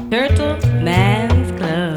Turtle Man's Club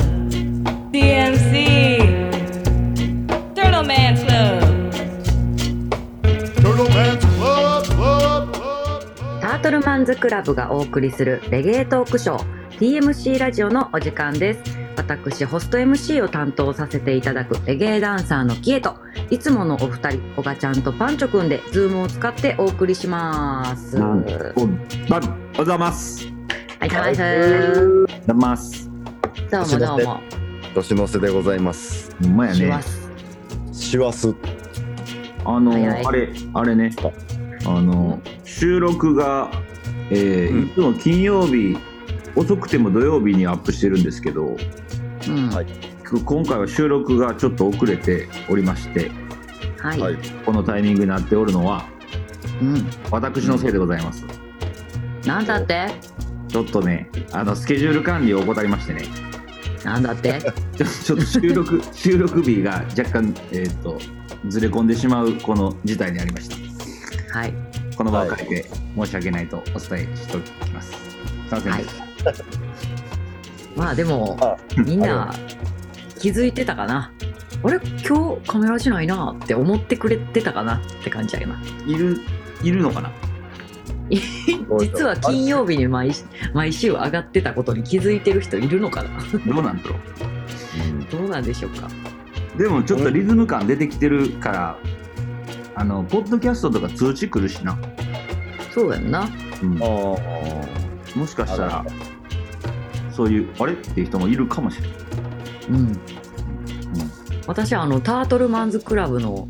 DMC Turtle Man's Club Turtle Man's Club タートルマンズクラブがお送りするレゲエトークショー TMC ラジオのお時間です。私ホスト MC を担当させていただくレゲエダンサーのキエと、いつものお二人オガちゃんとパンチョくんでズームを使ってお送りします。 おはようございます。 はい、たまいすざます。 どうもどうも年の瀬でございます。 ほんまやね。 します。 師走。 早いあれね。収録が、いつも金曜日遅くても土曜日にアップしてるんですけど、 はい。 今回は収録がちょっと遅れておりまして、 はい、 はい。 このタイミングになっておるのは私のせいでございます。 なんだってちょっとね、スケジュール管理を怠りましてね、 なんだってちょっと収録日が若干ずれ込んでしまうこの事態にありました。 はい、 この場を借りて申し訳ないとお伝えしておきます。すいません。 はい、まあでもみんな気づいてたかな。あれ今日カメラしないなって思ってくれてたかなって感じやな。 いるのかな。 実は金曜日に毎週上がってたことに気づいてる人いるのかな。 どうなんだろう。 どうなんでしょうか。 でもちょっとリズム感出てきてるから、ポッドキャストとか通知来るしな。 そうやんな。 もしかしたらそういうあれっていう人もいるかもしれない。 私はタートルマンズクラブの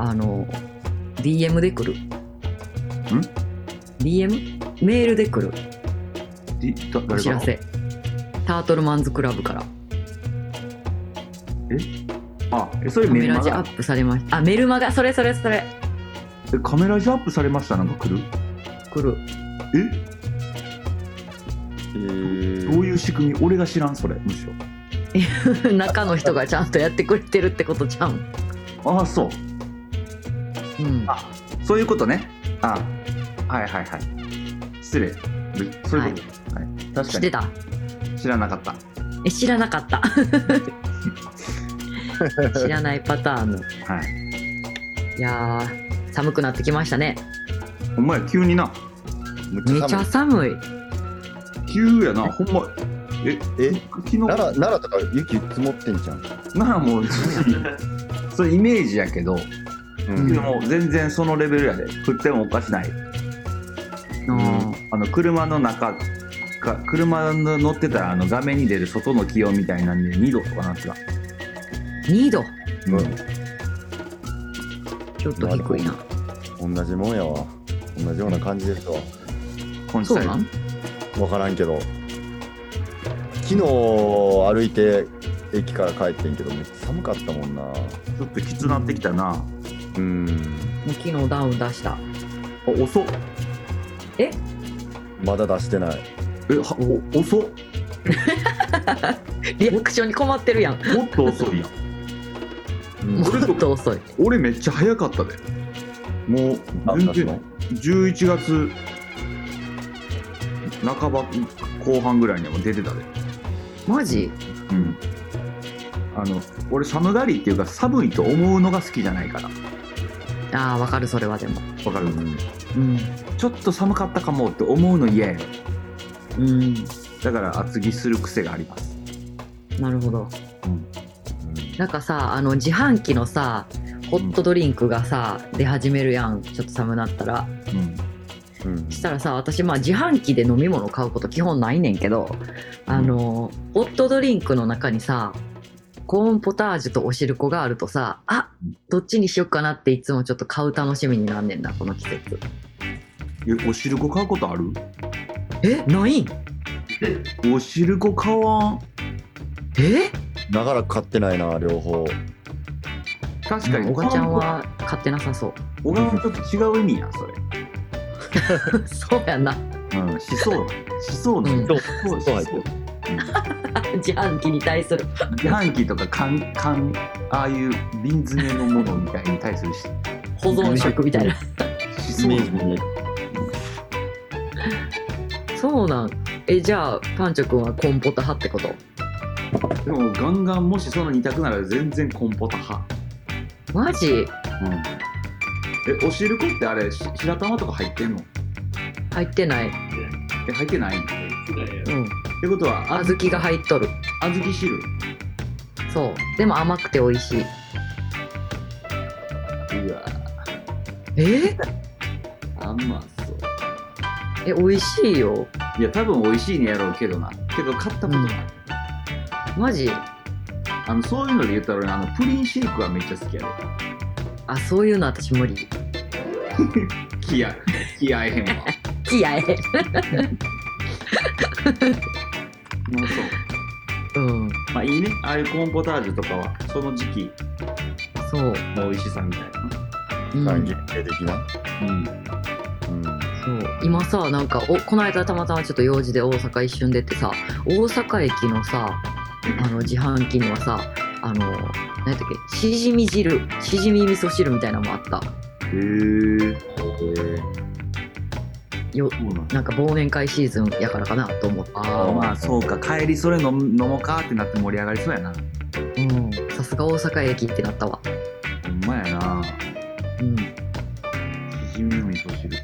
DM で来る。DM メールで来るお知らせ。タートルマンズクラブからそういうカメラメルマガジアップされました。メルマガ、それカメラジアップされましたなんか来る。 来る。 どういう仕組み。俺が知らんそれ。むしろ中の人がちゃんとやってくれてるってことちゃうん。 そう、そういうことね。はい失礼。そういうこと、はい、確かに知ってた？ 知らなかった。 知らなかった知らないパターンの。いやー寒くなってきましたね。 ほんまや、急にな。 めちゃ寒い。 急やな、ほんま。昨日奈良とか雪積もってんじゃん。 もうそれイメージやけど、でも全然そのレベルやで。降ってもおかしない。車の中か、車の乗ってたら画面に出る外の気温みたいなんで2度とかなってた。 2度、ちょっと低いな。 同じもんやわ。同じような感じですわ。 そうなん？ 分からんけど、昨日歩いて駅から帰ってんけどめっちゃ寒かったもんな。 ちょっときつなってきたな。 もう昨日ダウン出した。 遅っ。 まだ出してない。 遅っ。 リアクションに困ってるやん。 もっと遅いやん。 もっと遅い。 俺めっちゃ早かったで。もう全然11月半ば後半ぐらいにはもう出てたで。 マジ？ 俺寒がりっていうか寒いと思うのが好きじゃないから。 わかる。それはでもわかる。ちょっと寒かったかもって思うの嫌や。だから厚着する癖があります。 なるほど。なんかさ、自販機のさホットドリンクがさ出始めるやん。ちょっと寒なったら。したらさ、私自販機で飲み物買うこと基本ないねんけど、ホットドリンクの中にさコーンポタージュとお汁粉があるとさ、どっちにしよっかなっていつもちょっと買う楽しみになんねんな、この季節。 お汁粉買うことある？ ないん？ お汁粉買わん。 長らく買ってないな、両方。 確かにおがちゃんは買ってなさそう。 小川はちょっと違う意味やんそれ。 そうやな。 しそうな。 そう入ってる。 自販機に対する。 自販機とか缶ああいう瓶詰めのものみたいに対する保存食みたいな。 しそうな。 そうなん。 じゃあパンチョくんはコンポタ派ってこと？ でもガンガンもしその2択なら全然コンポタ派。 マジ？ お汁粉ってあれ白玉とか入ってんの？ 入ってない。 入ってない？ うん。 ってことは小豆が入っとる。 小豆汁。 そう。でも甘くて美味しい。 うわあんまそう。 美味しいよ。 いや多分美味しいねやろうけどな。けど買ったことない。 マジ？ そういうので言ったらプリンシェイクはめっちゃ好きやで。 あ、そういうの私無理。 気合えへんわ。 気合え。 もうそう。 うん。 まあいいね。ああいうコーンポタージュとかはその時期そう。 の美味しさみたいな。 関係的な。 そう今さなんかこの間たまたまちょっと用事で大阪一瞬出てさ、大阪駅のさ自販機にはさ何だっけ、しじみ味噌汁みたいなのもあった。なんか忘年会シーズンやからかなと思って。 まあそうか、帰りそれ飲もうかってなって盛り上がりそうやな。 さすが大阪駅ってなったわ。 ほんまやな。しじみの味噌汁か。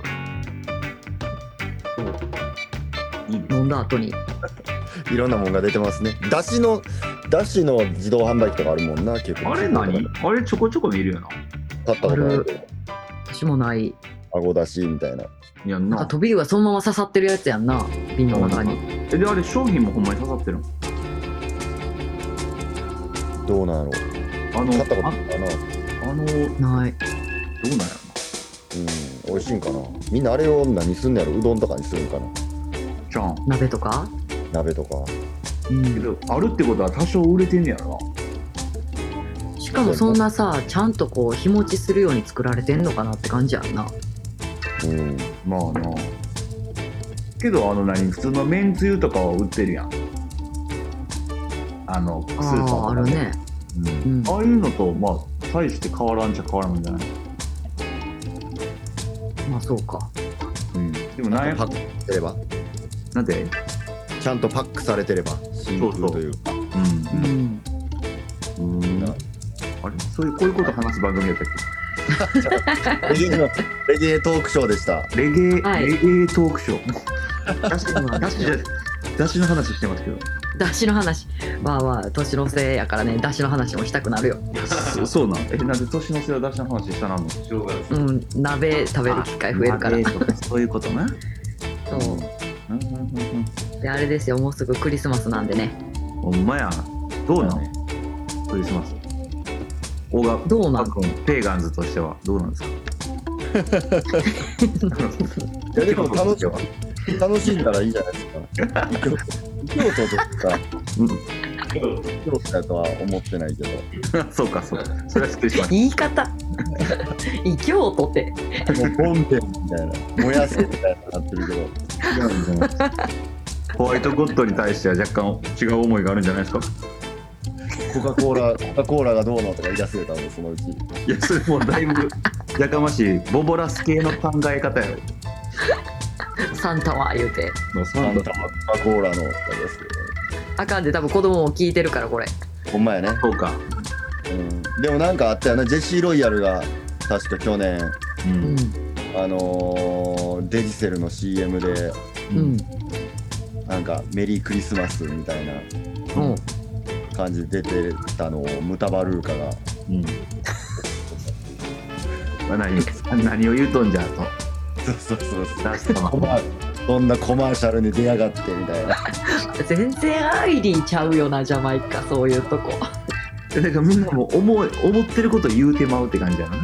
そういいね、飲んだ後にいろんなもんが出てますね。だしの自動販売機とかあるもんな。結構あれ何？あれちょこちょこ見るよな。 買ったことないけど。 私もない。 あごだしみたいな。 いやなんかトビウはそのまま刺さってるやつやんな、瓶の中に。 であれ商品もほんまに刺さってるの？ どうなんやろう。買ったことないかな。 ない。 どうなんやろな。 美味しいんかな。みんなあれを何すんのやろ。うどんとかにするんかな。 じゃん。 鍋とか。 けどあるってことは多少売れてんねやろな。しかもそんなさ、ちゃんとこう日持ちするように作られてんのかなって感じやんな。 まあな。けど普通のめんつゆとかは売ってるやん。スーパーとかあるね。 ああいうのとまあ大して変わらんじゃ変わらんじゃない。 まあそうか。 でもなんやパックすれば。 なんで？ ちゃんとパックされてればシンプルというか。 あれこういうこと話す番組やったっけ？ レゲエトークショーでした。 レゲエトークショー。だしの話してますけど。 だしの話。まあ年のせいやからね、だしの話もしたくなるよ。 そうなん。なんで年のせいはだしの話したなの？ 鍋食べる機会増えるから。 そういうことな。 そう。であれですよ、もうすぐクリスマスなんでね。 ほんまや。どうなの？クリスマス。 どうなの？ ペーガンズとしてはどうなんですか？ いやでも楽しんだらいいじゃないですか。京都とか京都だとは思ってないけど。 そうか。それは失礼しました。 言い方。京都って。 もうボンベみたいな、燃やせみたいななってるけど。 ホワイトゴッドに対しては若干違う思いがあるんじゃないですか？ コカ・コーラがどうのとか言い出せたのそのうち。 いやそれもうだいぶやかましいボボラス系の考え方やろ。 サンタは言うて。 サンタはコカ・コーラのですけど。 あかんで、多分子供も聞いてるからこれ。 ほんまやね。 そうか。 でもなんかあったよな。ジェシー・ロイヤルが確か去年、デジセルの CM で、なんかメリークリスマスみたいな感じで出てたのをムタバルーカが、何を言うとんじゃと。そうそんなコマーシャルに出やがってみたいな。 全然アイリーちゃうよな、ジャマイカ、そういうとこ。 だからみんなも思ってることを言うてまうって感じやな。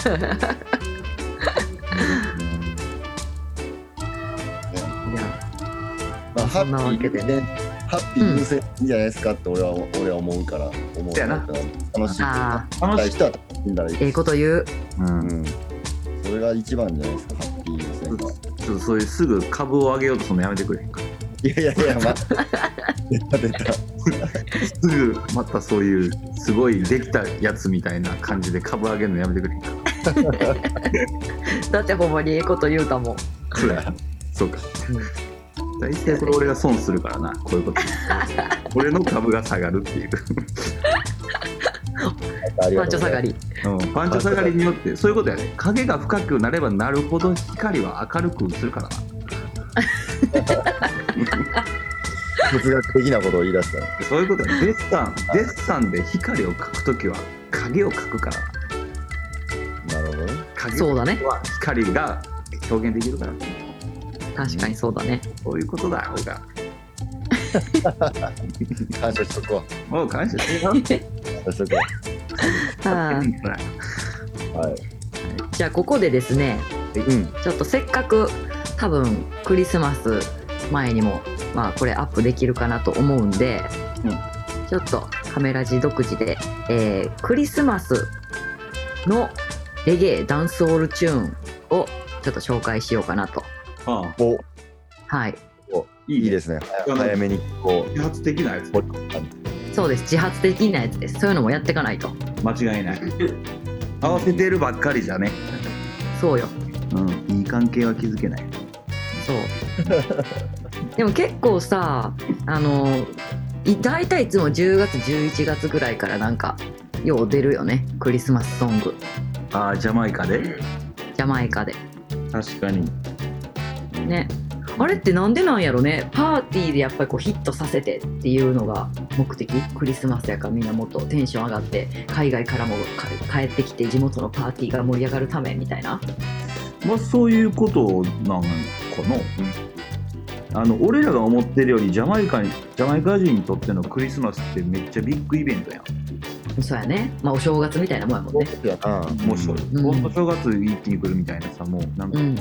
ハッピーでハッピー優先いいんじゃないですかって俺は思うから楽しい。楽しい人は楽しんだらいい。 こと言う。 それが一番じゃないですか、ハッピー優先が。 ちょっとそういうすぐ株を上げようとするのやめてくれへんか。 いやま出たすぐまたそういうすごいできたやつみたいな感じで株上げるのやめてくれへんか。 だってほんまにこと言うたもん。 そうか。 大体これ俺が損するからな、こういうこと俺の株が下がるっていうパンチョ下がり。 パンチョ下がりによってそういうことやね。影が深くなればなるほど光は明るく映るからな哲学的なことを言い出したの。 そういうことやね。デッサンで光を描くときは影を描くからなるほどね。 影そうだね。 は光が表現できるから確かにそうだね。 そういうことだよ俺が感謝しとこう。 もう感謝してよ感謝しとこあう。はい。 じゃあここでですね、ちょっとせっかく多分クリスマス前にもまあこれアップできるかなと思うんで、ちょっとカメラ字独自で、クリスマスのレゲエダンスオールチューンをちょっと紹介しようかなと。 お、 はい。 いいですね。早めにこう自発的なやつそうです。自発的なやつです。そういうのもやっていかないと。 間違いない合わせてるばっかりじゃね。 そうよ。 いい関係は築けない。 そうでも結構さ、大体いつも10月11月ぐらいからなんかよう出るよね、クリスマスソング。 ああ、ジャマイカでジャマイカで確かにね。あれってなんでなんやろね。パーティーでやっぱりこうヒットさせてっていうのが目的。クリスマスやからみんなもっとテンション上がって海外からも帰ってきて地元のパーティーが盛り上がるためみたいな。 まあそういうことなんかな。俺らが思ってるよりジャマイカ人にとってのクリスマスってめっちゃビッグイベントやん。 そうやね。まあお正月みたいなもんやもんね。 もう正月一気に来るみたいなさ、もうなんか、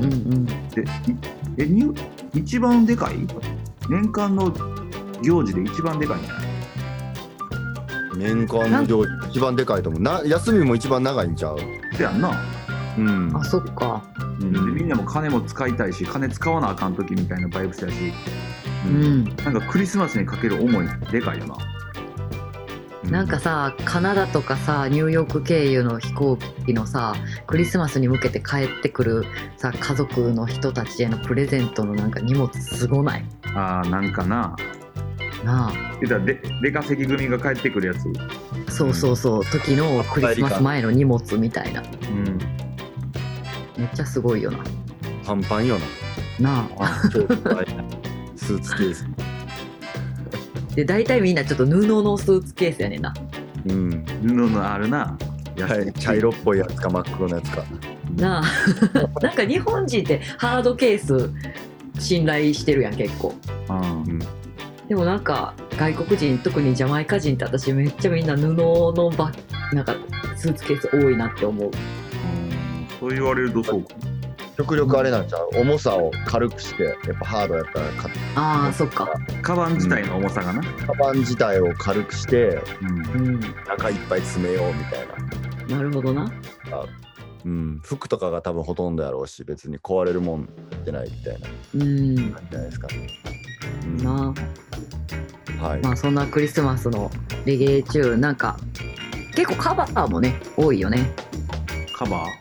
一番でかい年間の行事で一番でかいんじゃない？ 年間の行事一番でかいと思う。休みも一番長いんちゃう？ せやんな。 あ、そっか。 でみんなも金も使いたいし、金使わなあかん時みたいなバイブスやし、なんかクリスマスにかける思いでかいよな。 なんかさ、カナダとかさ、ニューヨーク経由の飛行機のさ、クリスマスに向けて帰ってくるさ、家族の人たちへのプレゼントのなんか荷物すごない？ ああ、なんかなあ。 言ったら出稼ぎ組が帰ってくるやつ。 そうそうそう、時のクリスマス前の荷物みたいな。めっちゃすごいよな。 パンパンよな。 なあ。 スーツケース。 で大体みんなちょっと布のスーツケースやねんな。 布のあるな。 茶色っぽいやつか真っ黒なやつか。 なあ。なんか日本人ってハードケース信頼してるやん結構。でもなんか外国人、特にジャマイカ人って私めっちゃみんな布のなんかスーツケース多いなって思う。 そう言われるとそうか。 極力あれなんちゃう？重さを軽くしてやっぱハードやったらああ、そっか。 カバン自体の重さがな。 カバン自体を軽くして、中いっぱい詰めようみたいな。 なるほどな。 服とかが多分ほとんどやろうし、別に壊れるもんってないみたいな感じじゃないですかね。 なあ。 はい。 まあそんなクリスマスのレゲエ中、なんか結構カバーもね多いよね。 カバー？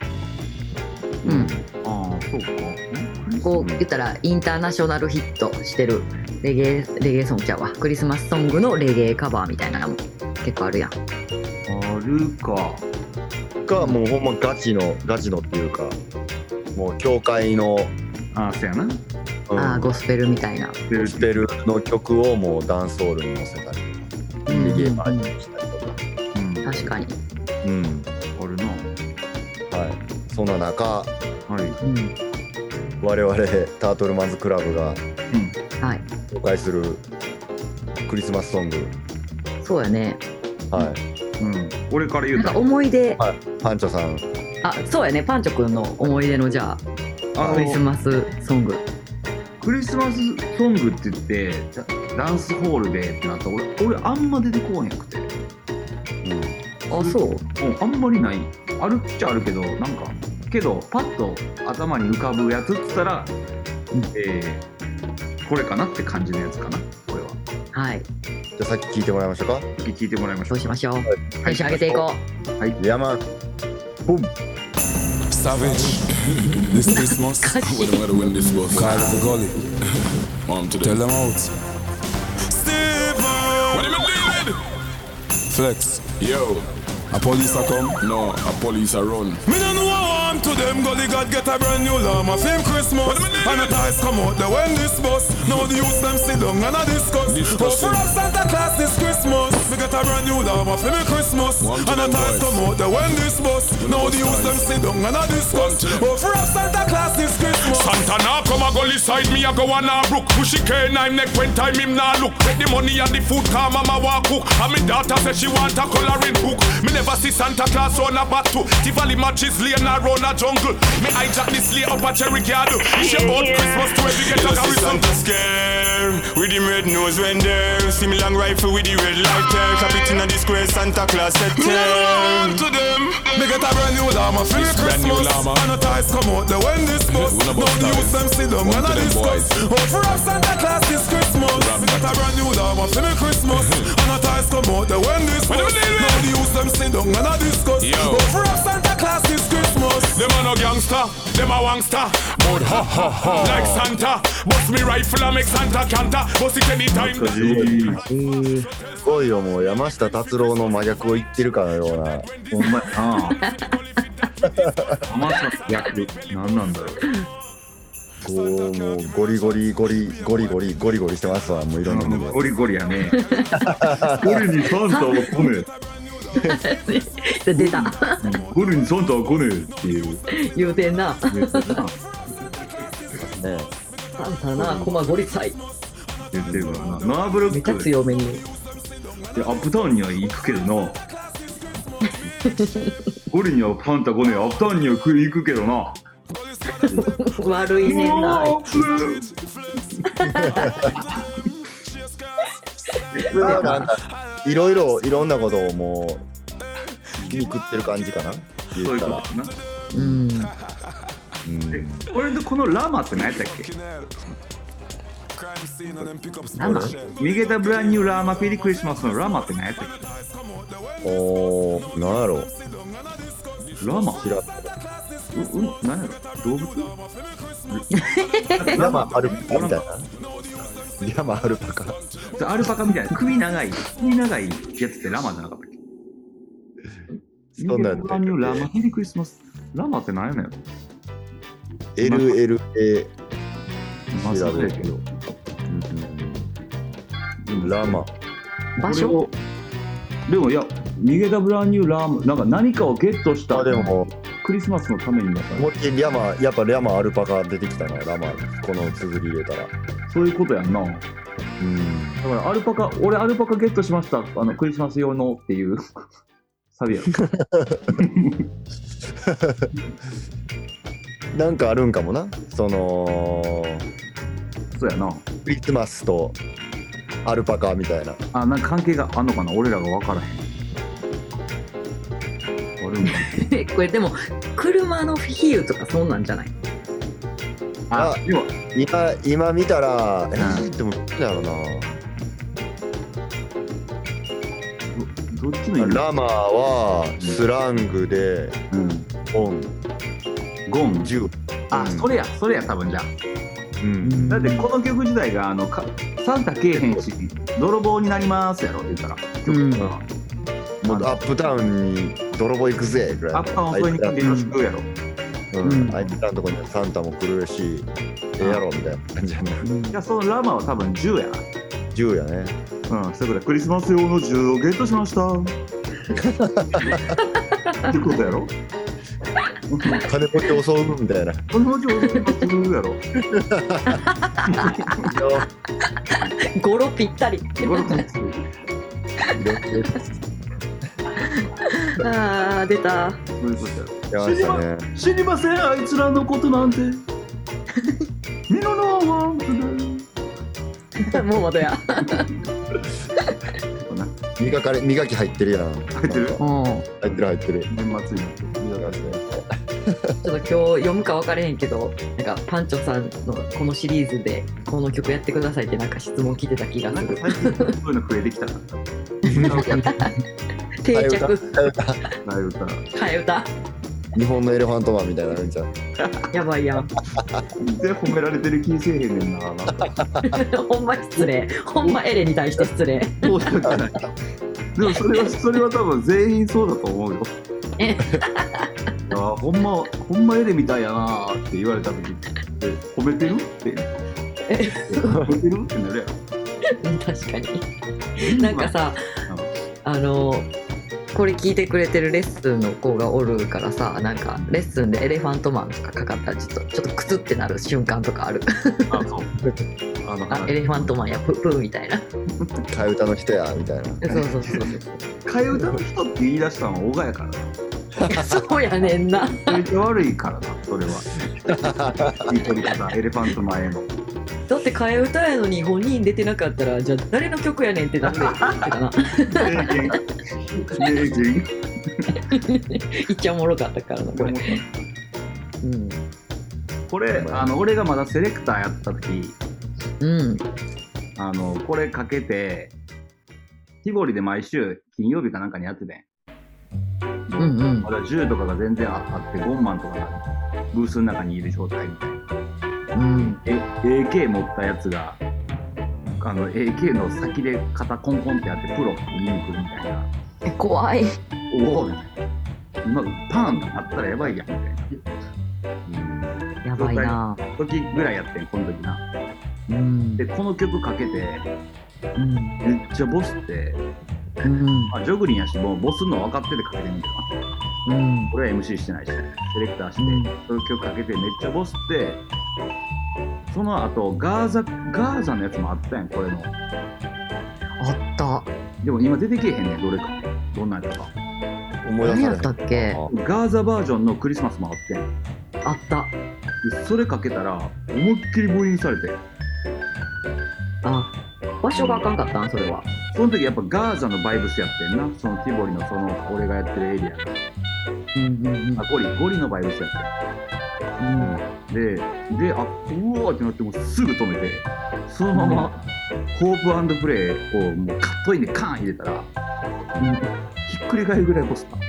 ああ、そうか。 こう言ったらインターナショナルヒットしてるレゲエソングちゃうわ。クリスマスソングのレゲエカバーみたいなのも結構あるやん。 あるか。 もうほんまガチのっていうか、もう教会のそうやな。 ゴスペルみたいな。 ゴスペルの曲をもうダンスホールに乗せたりとか、レゲエバージョンにしたりとか。 確かに。 あるな。 はい。そんな中、我々タートルマンズクラブが紹介するクリスマスソング。 そうやね。 俺から言うたら思い出。 パンチョさん。 そうやね。パンチョくんの思い出のじゃあクリスマスソング。 クリスマスソングって言ってダンスホールでってなったら俺あんま出てこへんくて。 そう？ あんまりない。あるっちゃあるけど、なんかけどパッと頭に浮かぶやつっつったら、これかなって感じのやつかな、これは。 はい。 じゃあさっき聞いてもらいましょうか。 聞いてもらいましょう。 そうしましょう。テンション上げていこう。 はい。ヤマン。ボン。 Savage. This Christmas. When I'm gonna win this boss. Call the gully. Tell them out. Steve! What am I doing? Flex. Yo. A police a come? No, a police a run. Me no know what harm to them. Gully God get a brand new llama. Fame Christmas. And the ties come out. They win this bus. Now the youth them sit down and a discuss. Oh, for us Santa Claus this Christmas. Me get a brand new llama for me Christmas. And the ties come out. They win this bus. Now the youth them sit down and a discuss. Oh, for us Santa Claus this Christmas. Santa now come a gully side me a go on a brook. Pushy cane I'm neck when time him now look. Take the money and the food car mama walk cook. And me daughter say she want a coloring book. Me never see Santa Claus on a battle. Tivoli matches lane around a jungle. Me hijack this lay up a cherry garden. It's about Christmas to every get a garrison. Santa scare with him red nose when there. See me long rifle with the red light there. Cap it in a disgrace Santa Claus set there. To them, me get a brand new llama for me Christmas. And the ties come out, they win this bus. Now the youth them sit down and a discuss. Oh, for us Santa Claus this Christmas. Me get a brand new llama for me Christmas. And the ties come out, they win this bus. Now the youth them sit down and a discuss. Oh, for us Santa Claus this Christmas. Them a no gangster, them a wangster. But ha ha ha, like Santa. Bust me rifle and make Santa canter. Bust it anytime. すごいよ、もう山下達郎の真逆を言ってるかのような。 ほんまやな。甘さ逆何なんだろう。 こうもうゴリゴリゴリゴリゴリゴリゴリしてますわ、もういろんなもの。 ゴリゴリやね。ゴリにサンタは来ね出た。 え。ゴリにサンタは来ねえっていう。 言うてんな。 ねサンタな、コマゴリサイ。 言ってるからな。ナーブロッめっちゃク強めに。 でアップタウンには行くけどな。ゴリにはサンタ来ねえ。アップタウンには行くけどな。 悪いねんな。 なんかいろんなことをもう気に食ってる感じかな。 そういうことだな。 うん。 俺のこのラマって何やったっけ？ ラマ？ ミゲタブランニューラーマフィリクリスマスのラマって何やったっけ？ おー、なんやろ。 ラマ？ 知らん。 何やろ？動物？ 山アルパカみたいな。山アルパカ。 アルパカみたいな首長いやつってラマじゃなかったっけ？ そんなんやったっけ？ ラマフィリクリスマス。ラマって何やねん。 LLA 調べるけど。 ラマ。 場所？ でもいや、ミゲタブランニューラーマ、なんか何かをゲットしたでもクリスマスのためにだからもう一回やっぱラマアルパカ出てきたな。ラマこの綴り入れたら。 そういうことやんな。だからアルパカゲットしました。クリスマス用のっていうサビやろ。 なんかあるんかもな。 そうやな。 クリスマスとアルパカみたいな。 なんか関係があんのかな。俺らが分からへん。あるんかな。 これでも車の比喩とかそんなんじゃない？ でも今見たら、でもどっちだろうな。 どっちの意味？ ラマはスラングで、ゴン、銃。 それや多分じゃあ。だってこの曲自体がサンタけえへんし泥棒になりますやろ言ったら。 もうアップタウンに泥棒行くぜぐらい。 アップタウンそれによろしくやろ。 あいつらのとこにはサンタも来るし、やろみたいな感じやね。 いや、そのラマは多分銃やな。 銃やね。 そういうことでクリスマス用の銃をゲットしました。ってことやろ。 金持ちを襲うみたいな。 金持ちを襲うやろ。 語呂ぴったり。あー出た。 そういうことやろ。 出ましたね。 知りませんあいつらのことなんて。ミノノワンもうまだや。 磨き入ってるやん。 入ってる。 入ってる。 年末にちょっと今日読むか分かれへんけど、なんかパンチョさんのこのシリーズでこの曲やってくださいってなんか質問来てた気がする。 最近そういうの増えてきたな。 定着。 替え歌。 替え歌。 日本のエレファントマンみたいになるんちゃう？ やばいやん。 全然褒められてる気せえへんねんな。なんかほんま失礼。ほんまエレに対して失礼。 そうじゃない。でもそれは多分全員そうだと思うよ。ほんまエレみたいやなって言われた時って褒めてるって褒めてるってなるやろ。 確かに。なんかさ、これ聞いてくれてるレッスンの子がおるからさ、なんかレッスンでエレファントマンとかかかったらちょっとクツってなる瞬間とかある。 あ、そう。 エレファントマンやプーみたいな。 替え歌の人やみたいな。 そう。 替え歌の人って言い出したのは小川やからな。 いやそうやねんな。 めっちゃ悪いからな、それは。言い取り方、エレファントマンへの。 だって替え歌やのに5人出てなかったら、じゃあ誰の曲やねんってなってるかな。 名人。 いっちゃおもろかったからな、これ。 これ、俺がまだセレクターやった時、これかけて、ティボリで毎週金曜日かなんかにやってて。まだ銃とかが全然あって、ゴンマンとかがブースの中にいる状態みたいな。AK 持ったやつがAK の先で肩コンコンってやってプロって言いに来るみたいな。 怖い。 おおみたいな。今パンあったらやばいやんみたいな。 やばいな。 時ぐらいやってん、この時な。でこの曲かけて、めっちゃボスって、ジョグリンやしもうボスの分かっててかけてんねんけどな。俺は MC してないし、セレクターして、そういう曲かけてめっちゃボスって、その後ガーザのやつもあったやん、これの。 あった。 でも今出てけえへんねん、どれか。どんなんやったか。 何やったっけ？ ガーザバージョンのクリスマスもあってん。 あった。 でそれかけたら、思いっきり母音されて。 場所があかんかったん、それは。 その時やっぱガーザのバイブスやってんな、そのティボリの俺がやってるエリアが。ゴリのバイブスやってん。で、うわーってなってもうすぐ止めて、そのままホープ&プレイをもうカットインでカーン入れたら、ひっくり返るぐらいボスた。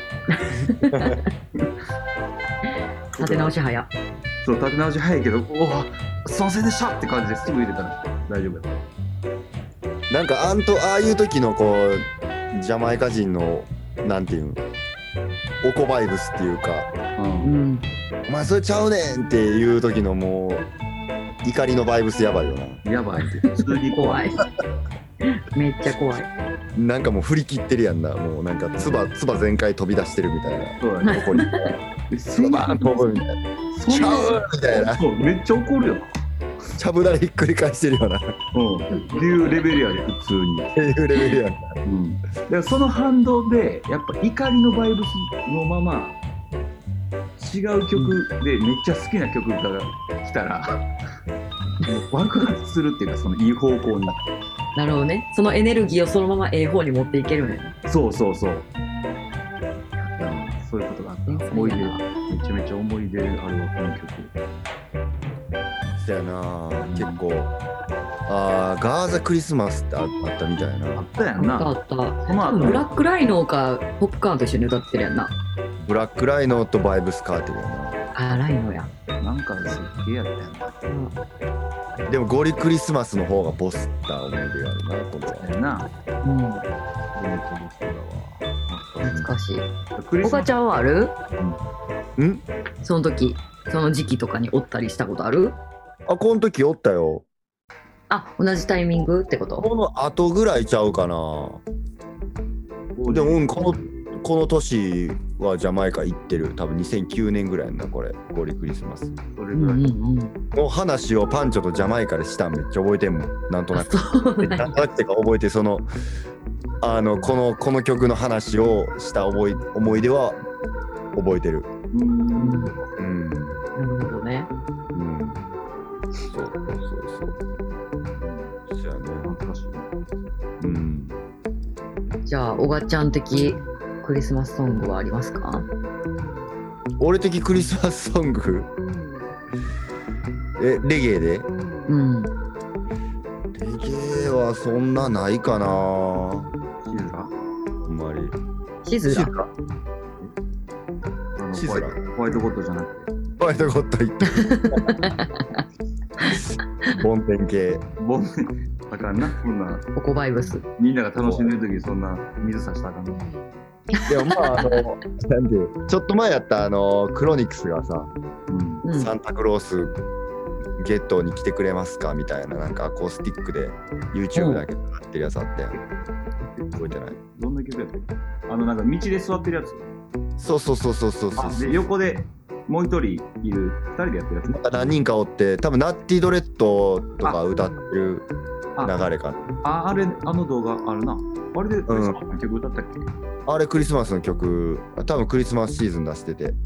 立て直し早。 そう、立て直し早いけど、おお、すいませんでしたって感じですぐ入れたら大丈夫やった。 なんかああいう時のこうジャマイカ人のなんていうのオコバイブスっていうか、お前それちゃうねんっていう時のもう怒りのバイブスやばいよな。 やばいって普通に怖い。 めっちゃ怖い。 なんかもう振り切ってるやんな。もうなんかつば全開飛び出してるみたいな。 そうだね。 怒りつばーん飛ぶみたいな。ちゃうみたいな。 そう、めっちゃ怒るよな。 ちゃぶ台ひっくり返してるよな。 っていうレベルやで、普通に。 っていうレベルやな。 でその反動でやっぱ怒りのバイブスのまま違う曲でめっちゃ好きな曲が来たら爆発するっていうか、そのいい方向に。 なるほどね。そのエネルギーをそのまま方に持っていけるんやね。 そう。そういうことがあった。思い出、めちゃめちゃ思い出あるわ、この曲。 だよな、結構ガーザクリスマスってあったみたいな。 あったやんな。 あった。ブラックライノーかポップカーンと一緒に歌ってるやんな。 ブラックライノーとバイブスカーテルやな。 ライノーや。 なんかすっげえやったやんな。でもゴリクリスマスの方がボスった思い出があるな、これは。 やな。 懐かしい。おばちゃんはある？その時、その時期とかにおったりしたことある？ この時おったよ。 同じタイミングってこと？ この後ぐらいちゃうかな。でもこの年はジャマイカ行ってる。多分2009年ぐらいやんな、これゴリクリスマス。 それぐらいの話をパンチョとジャマイカでしたんめっちゃ覚えてんもん。なんとなく。なんとなくってか覚えて、この曲の話をした思い出は覚えてる。 なるほどね。 そう。そうやね。 じゃあおがちゃん的クリスマスソングはありますか？ 俺的クリスマスソング？レゲエで？レゲエはそんなないかな。 シズラ？ あんまり。 シズラ？ シズラホワイトゴッドじゃなくて。 ホワイトゴッド行ったボンテン系あかんな、そんな。 ココバイブス。 みんなが楽しんでる時にそんな水差したらあかんな。 でもまあなんでちょっと前やったクロニクスがさ、サンタクロースゲットに来てくれますかみたいな、なんかアコースティックで YouTube だけでやってるやつあって、覚えてない？ どんな曲やったなんか道で座ってるやつ。 そうで横でもう一人いる、二人でやってるやつ。 なんか何人かおって、多分ナッティドレッドとか歌ってる流れかな。 あれ、動画あるな。あれでクリスマスの曲歌ったっけ？ あれクリスマスの曲、多分クリスマスシーズン出してて。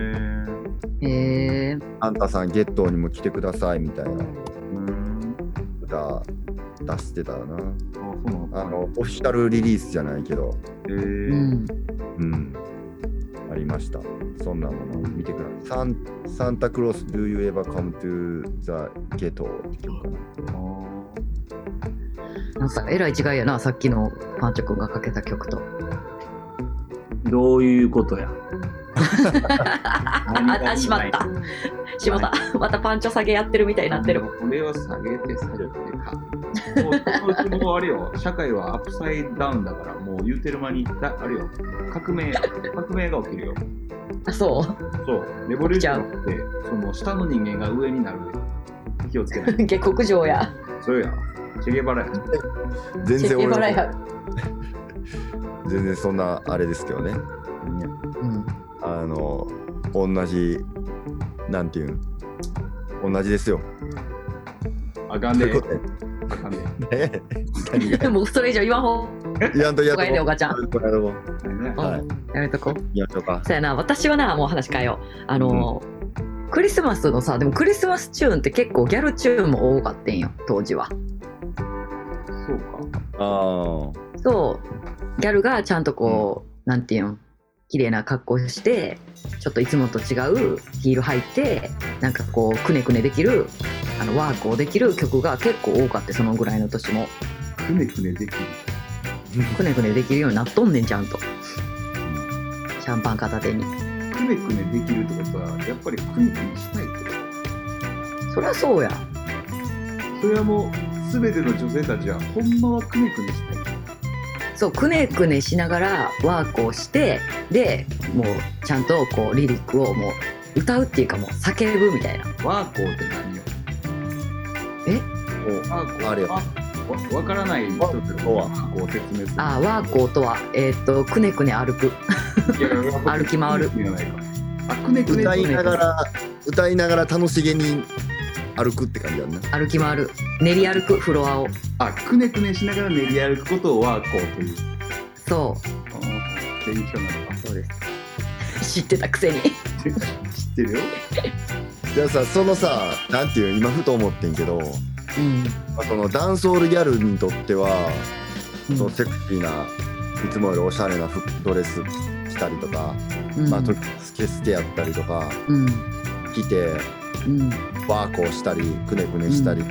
サンタさんゲットにも来てくださいみたいな歌出してたな。オフィシャルリリースじゃないけど。ありました。そんなもの見てください。サンタクロース Do you ever come to the ghetto って曲かな。 なんかえらい違いやな、さっきのパンチョ君がかけた曲と。 どういうことや。 しまった。またパンチョ下げやってるみたいになってる。 これを下げてするってか。もうあれよ、社会はアップサイダウンだから、もう言うてる間にあれよ、革命が起きるよ。 そう 、レボリューションってその下の人間が上になる。気をつけない。 下克上や。 そうや、チェゲバラや。 全然そんなあれですけどね。同じなんていうん、同じですよ。 あかんね。 もうそれ以上言わんほう。 やんとやおがちゃん。やめとこう。そうやな、私はな、もう話変えよう。クリスマスのさ、でもクリスマスチューンって結構ギャルチューンも多かったんよ、当時は。そう、ギャルがちゃんとこう、なんていうん、綺麗な格好してちょっといつもと違うヒール履いて、なんかこうくねくねできるワークをできる曲が結構多かった。そのぐらいの年もくねくねできるくねくねできるようになっとんねん、ちゃんと。シャンパン片手にくねくねできるってことはやっぱりくねくねしたいってこと。 そりゃそうや。 それはもう全ての女性たちはほんまはくねくねしたい。 そう、くねくねしながらワークをして、でもうちゃんとこうリリックをもう歌うっていうか、もう叫ぶみたいな。 ワーコーって何よ。 あれよ、 わからない人ってワーコーを説明する。 ワーコーとはくねくね歩く。歩き回る。 くねくね歌いながら楽しげに歩くって感じだね。 歩き回る、練り歩くフロアを。 くねくねしながら練り歩くことをワーコーという。 そう。 勉強なのか。そうです。 知ってたくせに。 知ってるよ。 じゃあさ、そのさ、なんていう今ふと思ってんけど、そのダンスホールギャルにとっては、そのセクシーないつもよりおしゃれなドレス着たりとか、スケスケやったりとか、着て。ワークをしたりくねくねしたり、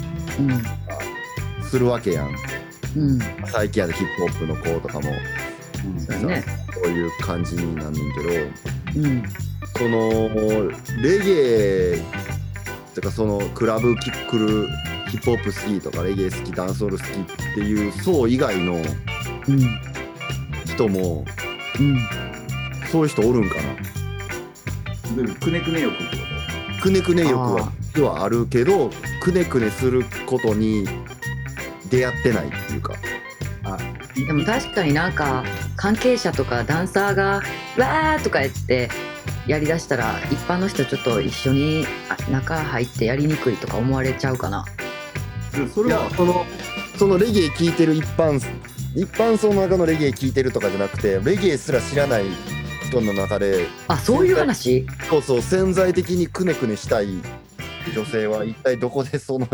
するわけやん。最近やでヒップホップの子とかも、そういう感じになんねんけど、そのレゲエとかそのクラブ来るヒップホップ好きとかレゲエ好きダンスホール好きっていう層以外の人も、そういう人おるんかな。 くねくね欲ってこと？ くねくね欲はあるけど、くねくねすることに出会ってないっていうか。 でも確かになんか関係者とかダンサーがわーとかやってやりだしたら、一般の人ちょっと一緒に中入ってやりにくいとか思われちゃうかな。 それはそのレゲエ聴いてる一般層の中のレゲエ聴いてるとかじゃなくて、レゲエすら知らない人の中で、 そういう話？ そう、潜在的にくねくねしたい女性は一体どこでその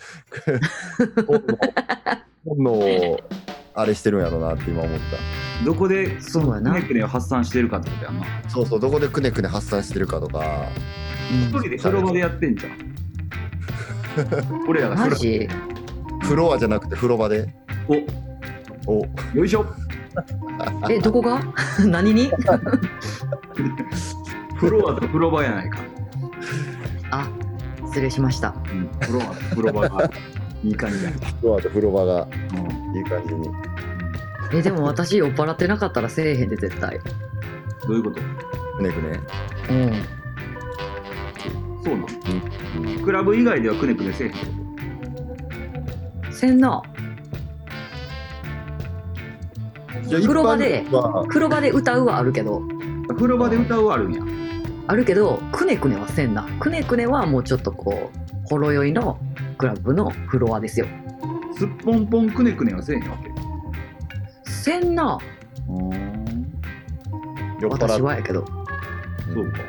本能をあれしてるんやろうなって今思った。 どこでそのくねくねを発散してるかってことやな。 そう、どこでくねくね発散してるかとか。 一人で風呂場でやってんじゃん。俺らがマジ？ フロアじゃなくて風呂場で。およいしょ。 どこが？何に？ フロアと風呂場やないか。 あ、失礼しました。 フロアと風呂場がいい感じだ。 フロアと風呂場がいい感じに。 でも私酔っ払ってなかったらせえへんで絶対。 どういうこと？ くねくね。 そうなの？クラブ以外ではくねくねせえへん。 せんな。風呂場で歌うはあるけど。 風呂場で歌うはあるんや。 あるけど、くねくねはせんな。くねくねはもうちょっとこう、ほろ酔いのクラブのフロアですよ。 すっぽんぽんくねくねはせえへんわけ。 せんな。私はやけど。 そうか。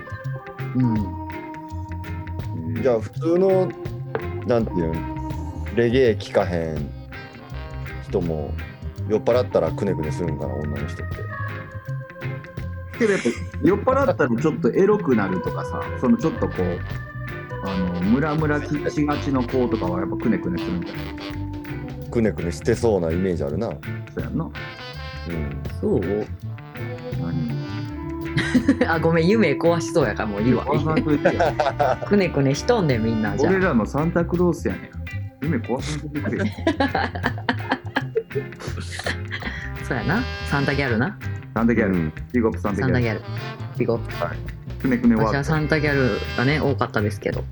じゃあ普通のなんていうのレゲエ聴かへん人も酔っ払ったらくねくねするんかな、女の人って。 けどやっぱ酔っ払ったらちょっとエロくなるとかさ、そのちょっとこうムラムラしがちの子とかはやっぱくねくねするんじゃない？ くねくねしてそうなイメージあるな。 そうやんな。 そう？ 何？ あ、ごめん、夢壊しそうやからもういいわ。くねくねしとんねんみんな。じゃあ俺らのサンタクロースやねん。夢壊さんといてくれ。 そうやな。サンタギャルな。 サンタギャル。ビッグアップサンタギャル。 ビッグアップ。 はい。くねくねは。 私はサンタギャルがね多かったですけど。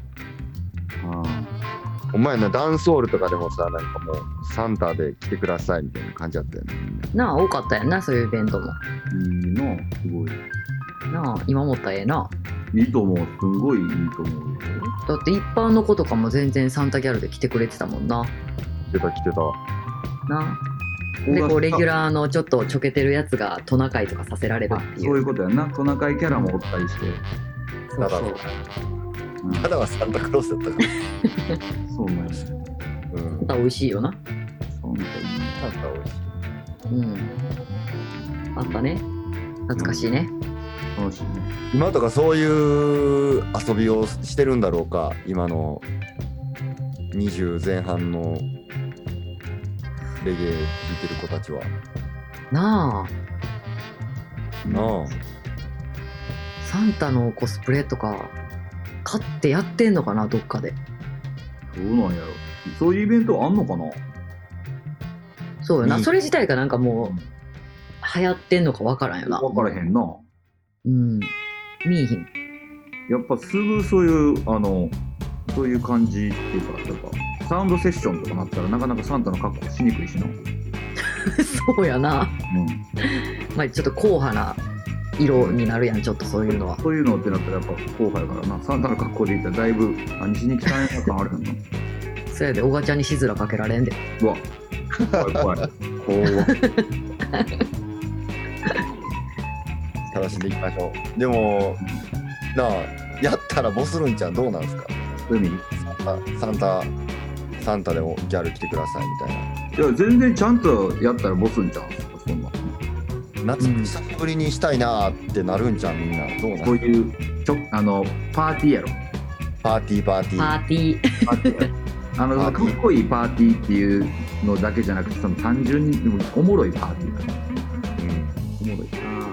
お前な、ダンスホールとかでもさ、なんかもうサンタで来てくださいみたいな感じだったよね。 なあ、多かったやんな、そういうイベントも。 いいな、すごい。 なあ、今思ったらええな。 いいと思う、すごいいいと思うよ。 だって一般の子とかも全然サンタギャルで来てくれてたもんな。 来てた。 な。で、こうレギュラーのちょっとちょけてるやつがトナカイとかさせられるっていう。 そういうことやんな。トナカイキャラもおったりして。 そうそう。 ただはサンタクロースだったから。 そうなんです。 サンタ美味しいよな。 サンタ美味しい。あったね。懐かしいね。 楽しいね。 今とかそういう遊びをしてるんだろうか、今の20前半のレゲエ聴いてる子たちは。 なあ。サンタのコスプレとか買ってやってんのかな、どっかで。 どうなんやろ。そういうイベントあんのかな。 そうよな。それ自体がなんかもう流行ってんのか分からんよな。 分からへんな。 見えひん。 やっぱすぐそういうそういう感じっていうか、やっぱサウンドセッションとかなったらなかなかサンタの格好しにくいしな。 そうやな。まあちょっと硬派な色になるやん、ちょっとそういうのは。 そういうのってなったらやっぱ硬派やからな。サンタの格好でいったらだいぶ何しに来たんや感あるやんな。 そやで、おがちゃんにしずらかけられんで。 うわ、怖い。 楽しんでいきましょう。でもなあ、やったらボスるんちゃんどうなんすか。サンタでもギャル来てくださいみたいな。 いや全然ちゃんとやったらボスんちゃん。そんな久しぶりにしたいなーってなるんちゃん、みんな。どうなん。 そういうパーティーやろ。 パーティー。 かっこいいパーティーっていうのだけじゃなくて、その単純におもろいパーティーだね。おもろい。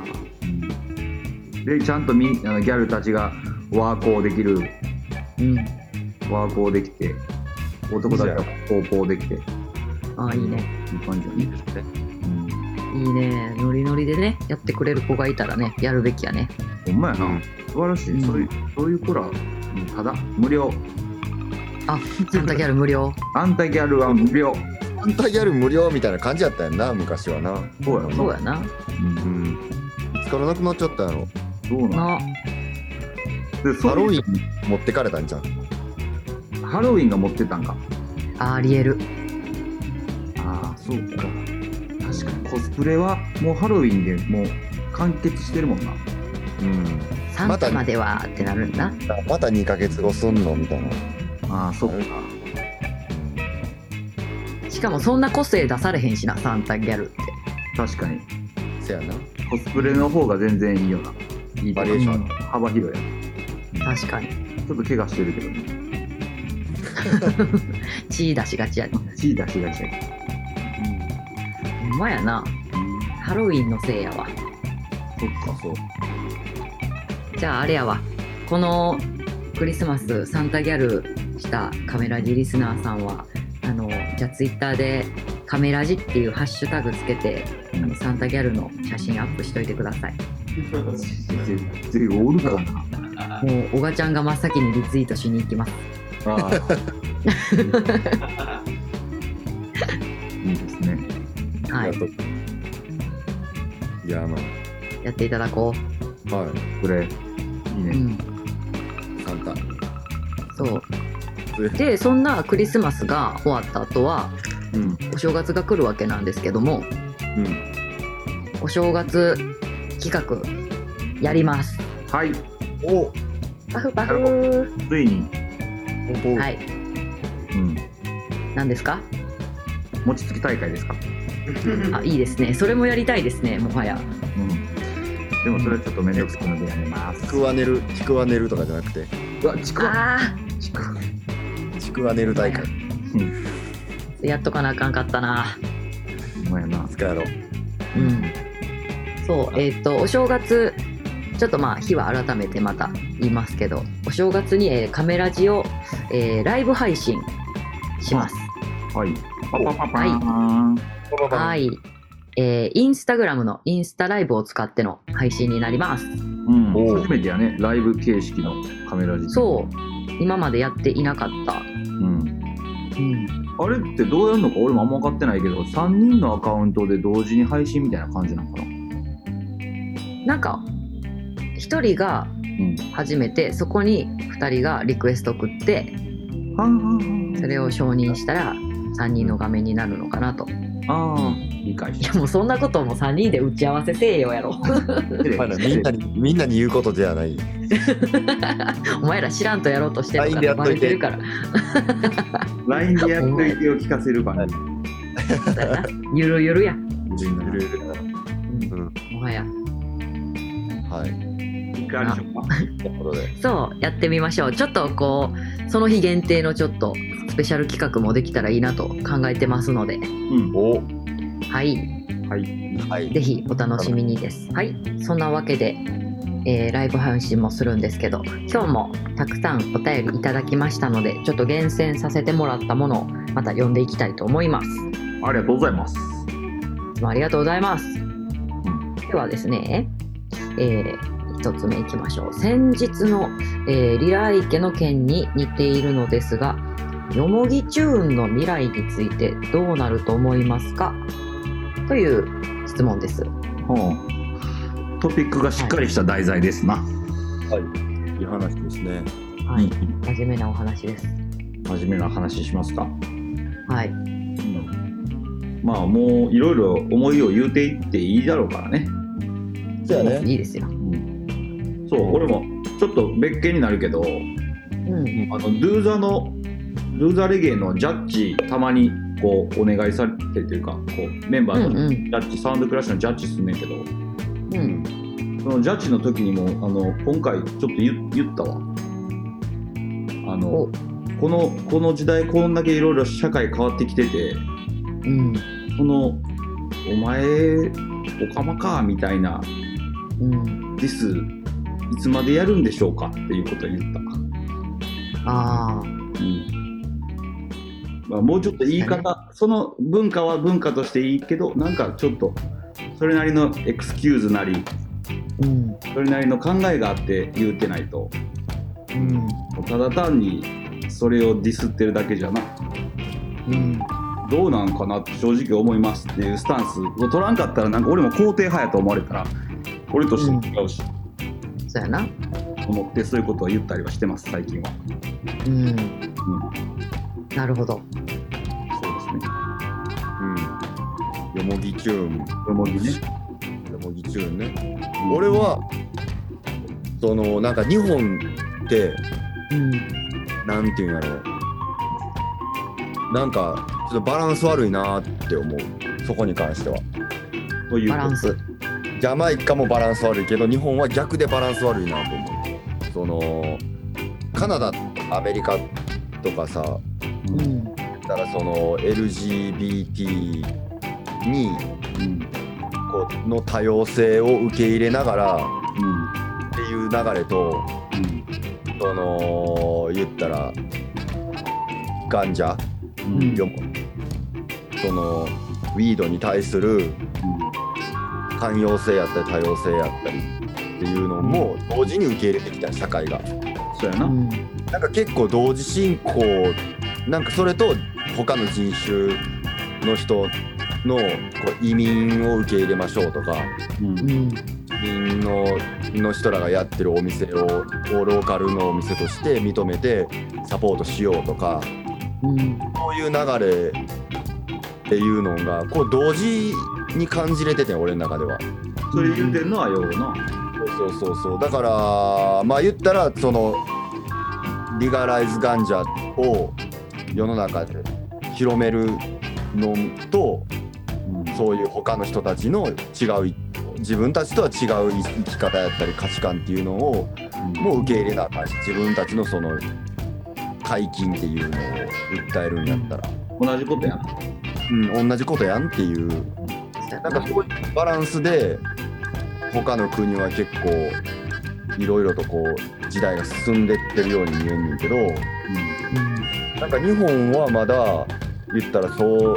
でちゃんとギャルたちがワーコーできる。ワーコーできて、男たちがポーポーできて。 ああ、いいね。 いい感じだね。 いいね。ノリノリでね、やってくれる子がいたらね、やるべきやね。 ほんまやな。素晴らしい。そういう子ら、ただ、無料。 あ、サンタギャル無料。 サンタギャルは無料。 サンタギャル無料みたいな感じやったやんな、昔はな。 そうやな。 いつからなくなっちゃったんやろ。 そうな。 ハロウィン持ってかれたんじゃん。 ハロウィンが持ってたんか。 ありえる。 ああ、そうか。確かにコスプレはもうハロウィンでもう完結してるもんな。 サンタまではってなるんだ。 また2ヶ月後すんのみたいな。 ああ、そっか。 しかもそんな個性出されへんしな、サンタギャルって。 確かに。 せやな。 コスプレの方が全然いいよな。いいバリエーション幅広いや。確かに。 ちょっと怪我してるけどね。 血出しがちやね。 血出しがちや。 ほんまやな。ハロウィンのせいやわ。 そっか、そう。 じゃああれやわ、このクリスマスサンタギャルしたカメラジリスナーさんはじゃあツイッターでカメラジっていうハッシュタグつけてサンタギャルの写真アップしといてください。 ぜひおるかな。もうおがちゃんが真っ先にリツイートしに行きます。 あいいですね。 はい。 いやまあやっていただこう。はい。 これいいね。 サンタ。 そう。でそんなクリスマスが終わった後は、お正月が来るわけなんですけども、お正月企画やります。 はい。 おパフパフ。 ついに。 はい。何ですか？ 餅つき大会ですか？ あ、いいですね。それもやりたいですね。もはや。 でもそれはちょっとめんどくさいのでやめます。 ちくわねるとかじゃなくて。 うわ、ちくわねる大会。 やっとかなあかんかったな。 お前な。 使やろう。 そう、お正月ちょっとまあ日は改めてまた言いますけど、お正月に、カメラジを、ライブ配信します。 はい。パパパパーン。はい。インスタグラムのインスタライブを使っての配信になります。 初めてやね、ライブ形式のカメラジ。 そう。今までやっていなかった。 あれってどうやるのか俺もあんま分かってないけど、3人のアカウントで同時に配信みたいな感じなのかな。 なんか1人が始めて、そこに2人がリクエスト送って、それを承認したら3人の画面になるのかなと。理解した。いやもうそんなことも3人で打ち合わせせえよやろ。 みんなに言うことではない。 お前ら知らんとやろうとしてるからバレてるから。 LINE でやっといてを聞かせるから。 ゆるゆるや。 ゆるゆるだ。 もはや。 はい。いかがでしょうか。 そうやってみましょう。ちょっとこうその日限定のちょっとスペシャル企画もできたらいいなと考えてますので。はい。ぜひお楽しみにです。はい。そんなわけで。ライブ配信もするんですけど、今日もたくさんお便りいただきましたので、ちょっと厳選させてもらったものをまた読んでいきたいと思います。 ありがとうございます。 いつもありがとうございます。ではですね、一つ目いきましょう。先日の、リライケの件に似ているのですが、よもぎチューンの未来についてどうなると思いますか？という質問です。 トピックがしっかりした題材ですな。 はい。いい話ですね。 はい。真面目なお話です。 真面目な話しますか。 はい。 まあもういろいろ思いを言うていっていいだろうからね。 そうやね。 いいですよ。 そう、俺もちょっと別件になるけど、ドゥーザレゲエのジャッジたまにこうお願いされてというか、こうメンバーのジャッジ、サウンドクラッシュのジャッジすんねんけど。そのジャッジの時にも今回ちょっと言ったわ。この時代こんだけいろいろ社会変わってきてて、そのお前おかまかみたいな、ディスいつまでやるんでしょうかっていうことを言った。まあ、もうちょっと言い方、その文化は文化としていいけど、なんかちょっとそれなりのエクスキューズなり、それなりの考えがあって言うてないと、ただ単にそれをディスってるだけじゃな、どうなんかなって正直思いますっていうスタンスを取らんかったら、なんか俺も肯定派やと思われたら俺としても違うし、 そうやな思ってそういうことを言ったりはしてます最近は。 なるほど。 そうですね。 よもぎチューン。 よもぎね。 よもぎチューンね。俺はそのなんか日本って、なんていうんやろう。なんかちょっとバランス悪いなって思う。そこに関しては。 というバランス。 ジャマイカもバランス悪いけど、日本は逆でバランス悪いなと思う。そのカナダ、アメリカとかさ。だからその LGBT にこうの多様性を受け入れながらっていいう流れと、その言ったらガンジャ、そのウィードに対する寛容性やったり多様性やったりっていうのも同時に受け入れてきた社会が。 そうやな。 なんか結構同時進行、なんかそれと他の人種の人のこう移民を受け入れましょうとか、移民の人らがやってるお店をローカルのお店として認めてサポートしようとか、そういう流れっていうのがこう同時に感じれてて、俺の中では。 それ言うてんのはような。 そうだからまあ言ったらそのリガライズガンジャを世の中で広めるのと、そういう他の人たちの違う自分たちとは違う生き方やったり価値観っていうのをもう受け入れなあかんし、自分たちのその解禁っていうのを訴えるんやったら同じことやん。 同じことやんっていう、なんかそういうバランスで他の国は結構いろいろとこう時代が進んでってるように見えんねんけど、なんか日本はまだ言ったらそう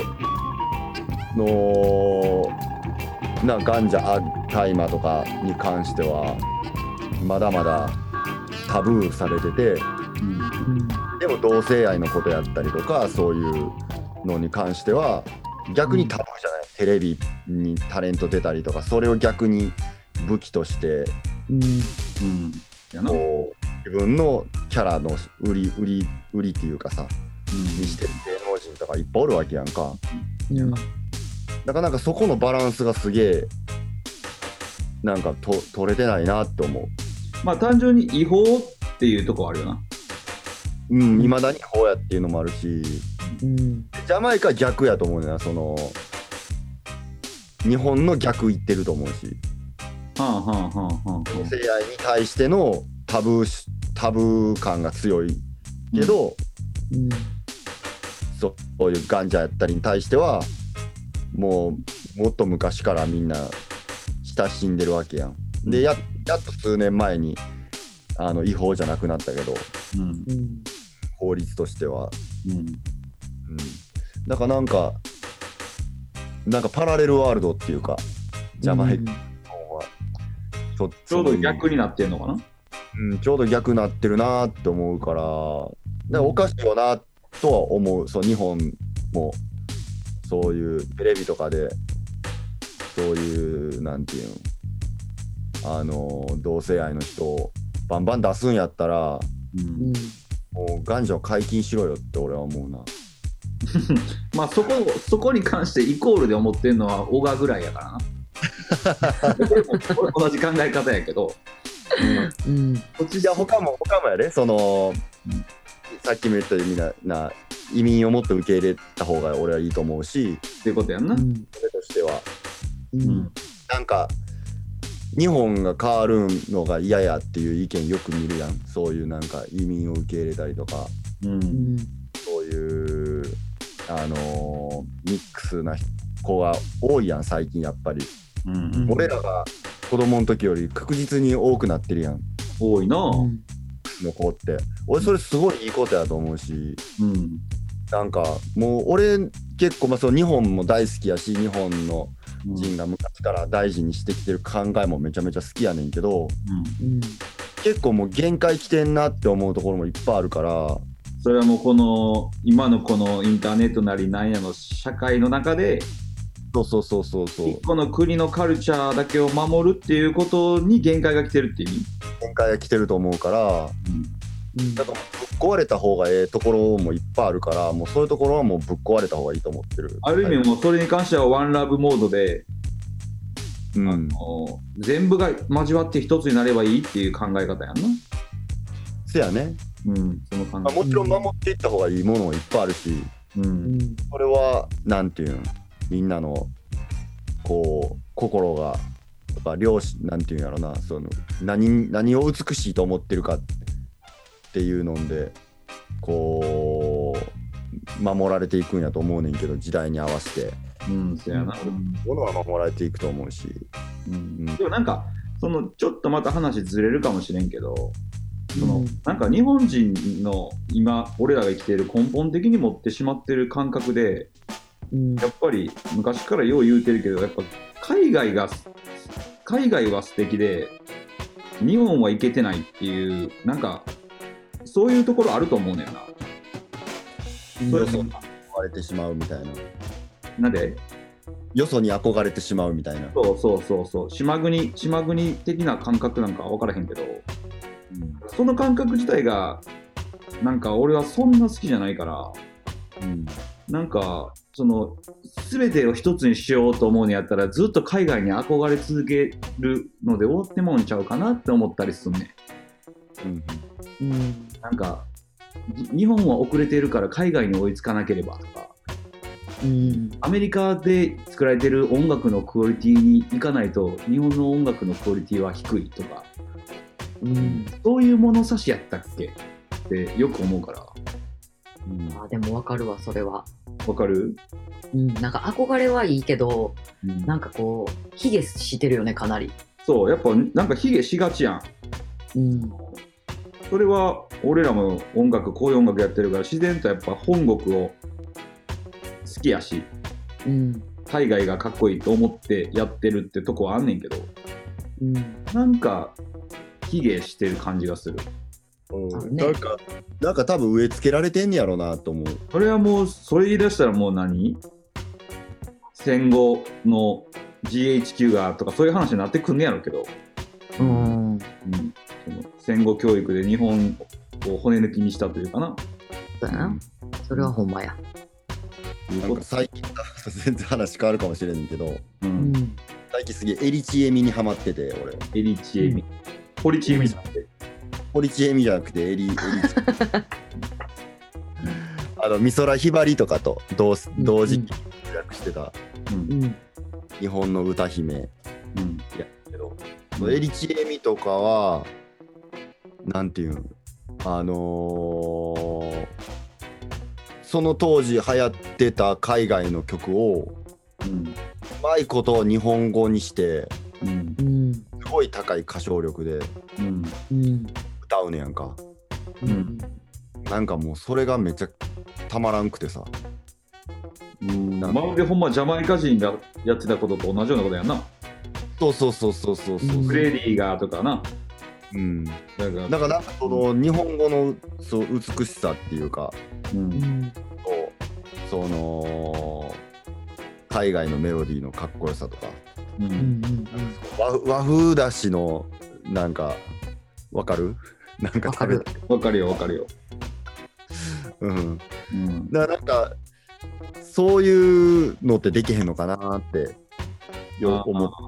のガンジャ大麻とかに関してはまだまだタブーされてて、でも同性愛のことやったりとかそういうのに関しては逆にタブーじゃない、テレビにタレント出たりとかそれを逆に武器としてこう自分のキャラの売りっていうかさ、にしてる芸能人とかいっぱいおるわけやんか。だからなんかそこのバランスがすげえなんか取れてないなって思う。 まあ単純に違法っていうとこあるよな。 未だに違法やっていうのもあるし、ジャマイカは逆やと思うねんな。その日本の逆言ってると思うし、同性愛に対してのタブー感が強いけど、そういうガンジャやったりに対してはもっと昔からみんな親しんでるわけやん。でやっと数年前に違法じゃなくなったけど、法律としては、だからなんかパラレルワールドっていうかジャマイカはちょうど逆になってんのかな。 ちょうど逆になってるなって思うから、おかしいよなとは思う。そう日本もそういうテレビとかでそういうなんていうの同性愛の人をバンバン出すんやったら、もうガンジャを解禁しろよって俺は思うな。 まあそこに関してイコールで思ってんのはオガぐらいやからな。同じ考え方やけど、 いや他もやで、その、さっきも言ったようにみんな移民をもっと受け入れた方が俺はいいと思うしっていうことやんな。 それとしては、なんか日本が変わるのが嫌やっていう意見よく見るやん。そういうなんか移民を受け入れたりとか、そういうミックスな子が多いやん最近やっぱり。俺らが子供の時より確実に多くなってるやん。 多いなの子って。俺それすごいいいことやと思うし、なんかもう俺結構その日本も大好きやし、日本の人が昔から大事にしてきてる考えもめちゃめちゃ好きやねんけど、結構もう限界来てんなって思うところもいっぱいあるから。 それはもうこの今のこのインターネットなりなんやの社会の中で、一個の国のカルチャーだけを守るっていうことに限界が来てるっていう意味。 限界が来てると思うから、だからぶっ壊れた方がええところもいっぱいあるから、もうそういうところはもうぶっ壊れた方がいいと思ってる。 ある意味もうそれに関してはワンラブモードで、全部が交わって一つになればいいっていう考え方やんな。 せやね。 その考え。 もちろん守っていった方がいいものもいっぱいあるし、それはなんていうの、みんなのこう心がとか良心なんていうんやろな、その何を美しいと思ってるかっていうのでこう守られていくんやと思うねんけど、時代に合わせて、 そうやな。 物は守られていくと思うし、 でもなんかそのちょっとまた話ずれるかもしれんけど、そのなんか日本人の今俺らが生きている根本的に持ってしまってる感覚で、やっぱり昔からよう言うてるけど、やっぱ海外は素敵で日本は行けてないっていう、なんかそういうところあると思うねんな。 よそに憧れてしまうみたいな。 なんで？ よそに憧れてしまうみたいな。 そう島国的な感覚なんか分からへんけど、その感覚自体がなんか俺はそんな好きじゃないから、なんかその全てを一つにしようと思うのやったらずっと海外に憧れ続けるので終わってもんちゃうかなって思ったりするね。なんか日本は遅れているから海外に追いつかなければとか、アメリカで作られてる音楽のクオリティにいかないと日本の音楽のクオリティは低いとか、そういう物差しやったっけってよく思うから。 でも分かるわ、それは。 分かる？ なんか憧れはいいけど、なんかこう卑下してるよね、かなり。 そう、やっぱなんか卑下しがちやん。それは俺らもこういう音楽やってるから自然とやっぱ本国を好きやし、海外がかっこいいと思ってやってるってとこはあんねんけど、なんか卑下してる感じがする。 なんか多分植え付けられてんねやろなと思う。 それはもうそれ言い出したらもう戦後の GHQ がとかそういう話になってくんねやろうけど、その戦後教育で日本を骨抜きにしたというかな。 そうやな、それはほんまや。 なんか最近全然話変わるかもしれんけど、最近すげえエリチエミにハマってて、俺。 エリチエミ、ポリチエミじゃなくて、 ポリチエミじゃなくてエリ美空ひばりとかと同時期活躍してた日本の歌姫やけど、エリチエミとかはなんていうん、その当時流行ってた海外の曲をうまいこと日本語にして、すごい高い歌唱力で歌うねやんか。なんかもうそれがめっちゃたまらんくてさ。 まるでほんまジャマイカ人がやってたことと同じようなことやんな。 そう。 フレディがとかな。 だからなんかその日本語のそう美しさっていうか、その海外のメロディーのかっこよさとか、和風だしのなんかわかる？なんか食べてわかるよ。 だからなんかそういうのってできへんのかなって思って。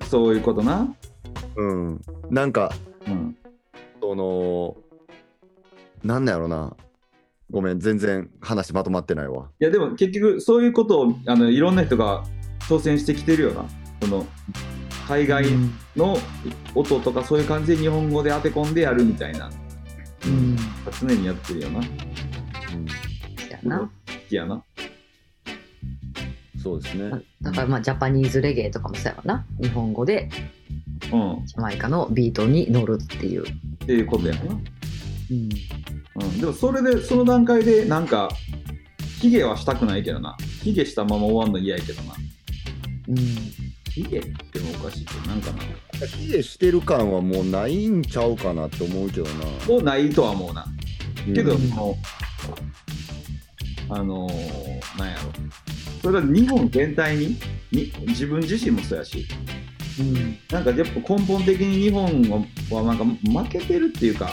そういうことな。 なんか、そのなんだろうな。ごめん、全然話まとまってないわ。 いやでも結局そういうことをいろんな人が挑戦してきてるよな。その海外の音とかそういう感じで日本語で当て込んでやるみたいな、常にやってるよな。好きやな。 そうですね。 だからまあジャパニーズレゲエとかもそうやわな。日本語でジャマイカのビートに乗るっていうことやな。でもそれでその段階でなんか卑下はしたくないけどな。卑下したまま終わんの嫌やけどな。卑下ってもおかしいけどなんかな。 卑下してる感はもうないんちゃうかなって思うけどな。 もうないとは思うな。けどなんやろ。それは日本全体に自分自身もそうやし。なんかやっぱ根本的に日本はなんか負けてるっていうか。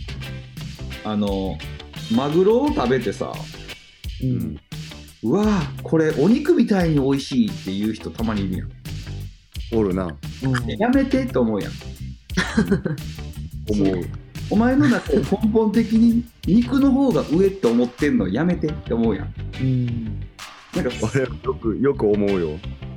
マグロを食べてさ、うわーこれお肉みたいに美味しいっていう人たまにいるやん。 おるな。 やめてって思うやん。 思う。 お前の中で根本的に肉の方が上って思ってんのやめてって思うやん。 なんか俺よく思うよ。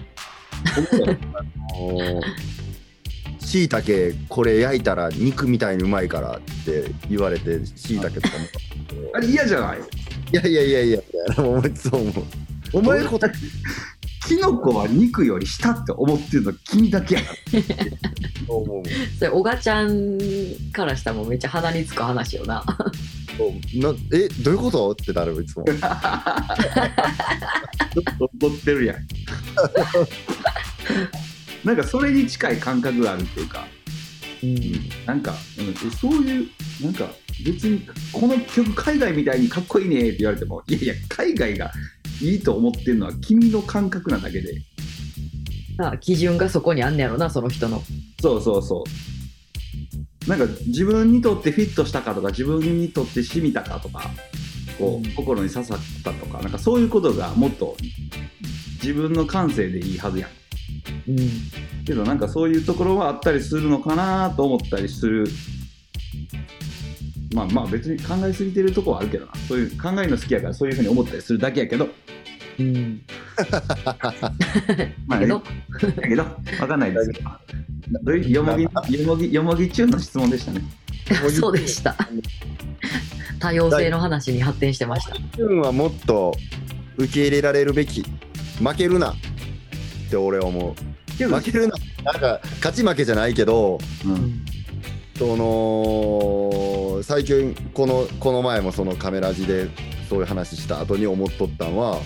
しいたけこれ焼いたら肉みたいにうまいからって言われてしいたけとかもあれ嫌じゃない？ いやそう思う。お前ことキノコは肉より下って思ってるの君だけやからそう思う。 それおがちゃんからしたらもうめっちゃ鼻につく話よな。 どういうことってなるいつも。 ちょっと怒ってるやんなんかそれに近い感覚があるっていうか、なんか、そういうなんか別にこの曲海外みたいにかっこいいねって言われても、いやいや海外がいいと思ってるのは君の感覚なだけで、 基準がそこにあんねやろな、その人の。 そうそうそう。なんか自分にとってフィットしたかとか、自分にとって染みたかとか、こう心に刺さったとか、なんかそういうことがもっと自分の感性でいいはずやん。けどなんかそういうところはあったりするのかなと思ったりする。まあ別に考えすぎてるとこはあるけどな。そういう考えるの好きやからそういうふうに思ったりするだけやけど。まあね、だけど分かんないですけど。よもぎ中の質問でしたね。 そうでした。多様性の話に発展してました。 自分はもっと受け入れられるべき。負けるなって俺は思う。負けるな、なんか勝ち負けじゃないけど、その最近この前もそのカメラ字でそういう話した後に思っとったんは、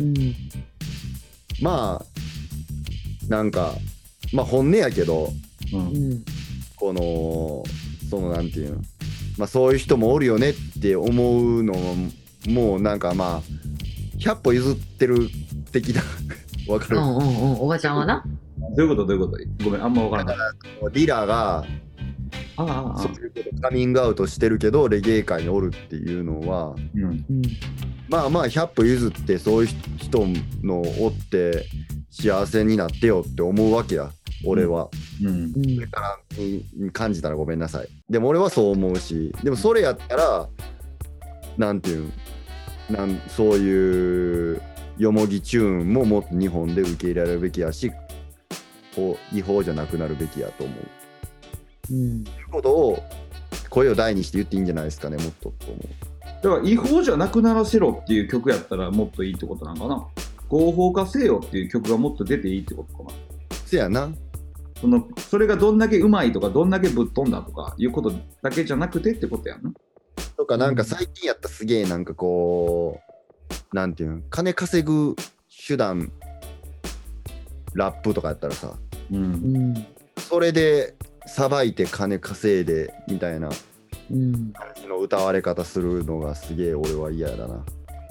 まあなんかまあ本音やけど、そのなんていうの、まあそういう人もおるよねって思うのもうなんかまあ100歩譲ってる的なわかる？ おばちゃんはな。 どういうこと？ごめん、あんま分からない。 リラがそういうことカミングアウトしてるけどレゲエ界におるっていうのは、まあ100歩譲ってそういう人のおって幸せになってよって思うわけや俺は。それから感じたらごめんなさい。でも俺はそう思うし、でもそれやったらなんていうんそういうよもぎチューンももっと日本で受け入れられるべきやし、違法じゃなくなるべきやと思う。ということを声を大にして言っていいんじゃないですかね、もっとと思う。 だから違法じゃなくならせろっていう曲やったらもっといいってことなんかな。合法化せよっていう曲がもっと出ていいってことかな。 せやな。 それがどんだけうまいとかどんだけぶっ飛んだとかいうことだけじゃなくてってことやな。 とかなんか最近やったすげえなんかこうなんていうの、金稼ぐ手段ラップとかやったらさ、それでさばいて金稼いでみたいな感じの歌われ方するのがすげえ俺は嫌だな。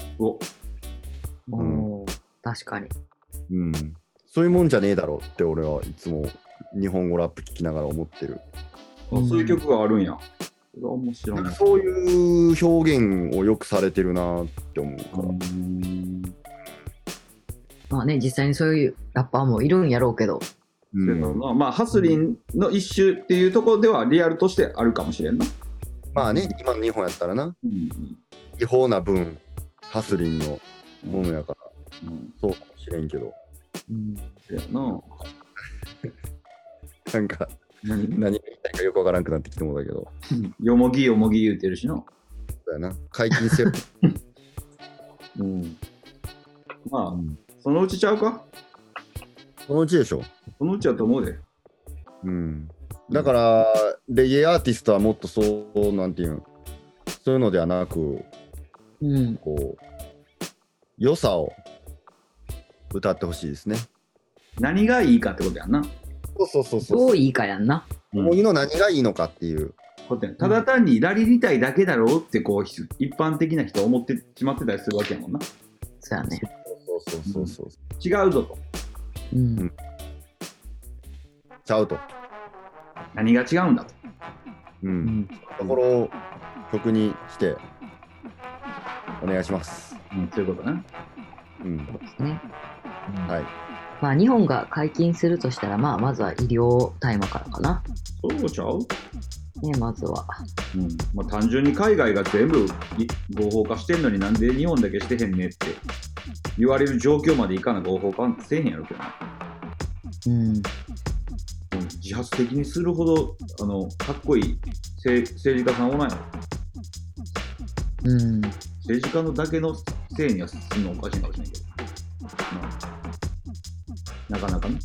確かに。 そういうもんじゃねえだろって俺はいつも日本語ラップ聞きながら思ってる。 そういう曲があるんや。面白い。 なんかそういう表現をよくされてるなって思うから。 まあね、実際にそういうラッパーもいるんやろうけど。 まあハスリンの一種っていうところではリアルとしてあるかもしれんな。 まあね、今の日本やったらな、違法な分ハスリンのものやから、そうかもしれんけど。なんか何が言いたいかよくわからんくなってきてもだけど。 よもぎ言うてるしな。 そうやな。解禁せよ。 まあ、そのうちちゃうか？ そのうちでしょ。 そのうちやと思うで。 だから、レゲエアーティストはもっとそうなんていうの、そういうのではなく、こう良さを歌ってほしいですね。 何がいいかってことやんな。 そうどういいかやんな。 思いの何がいいのかっていう。 ただ単にラリりたいだけだろうってこう一般的な人は思ってしまってたりするわけやもんな。 そうやね。 そう違うぞと。 ちゃうと。 何が違うんだと。 ところを曲にしてお願いします。 そういうことね。 そうですね。 はい。 まあ日本が解禁するとしたら、まずは医療大麻からかな。 そうちゃう？ ね、まずは。 単純に海外が全部合法化してんのになんで日本だけしてへんねって言われる状況までいかな合法化せえへんやろけどな。自発的にするほどかっこいい政治家さんおないの。政治家のだけのせいにはすんのおかしいかもしれないけど。 なかなかね。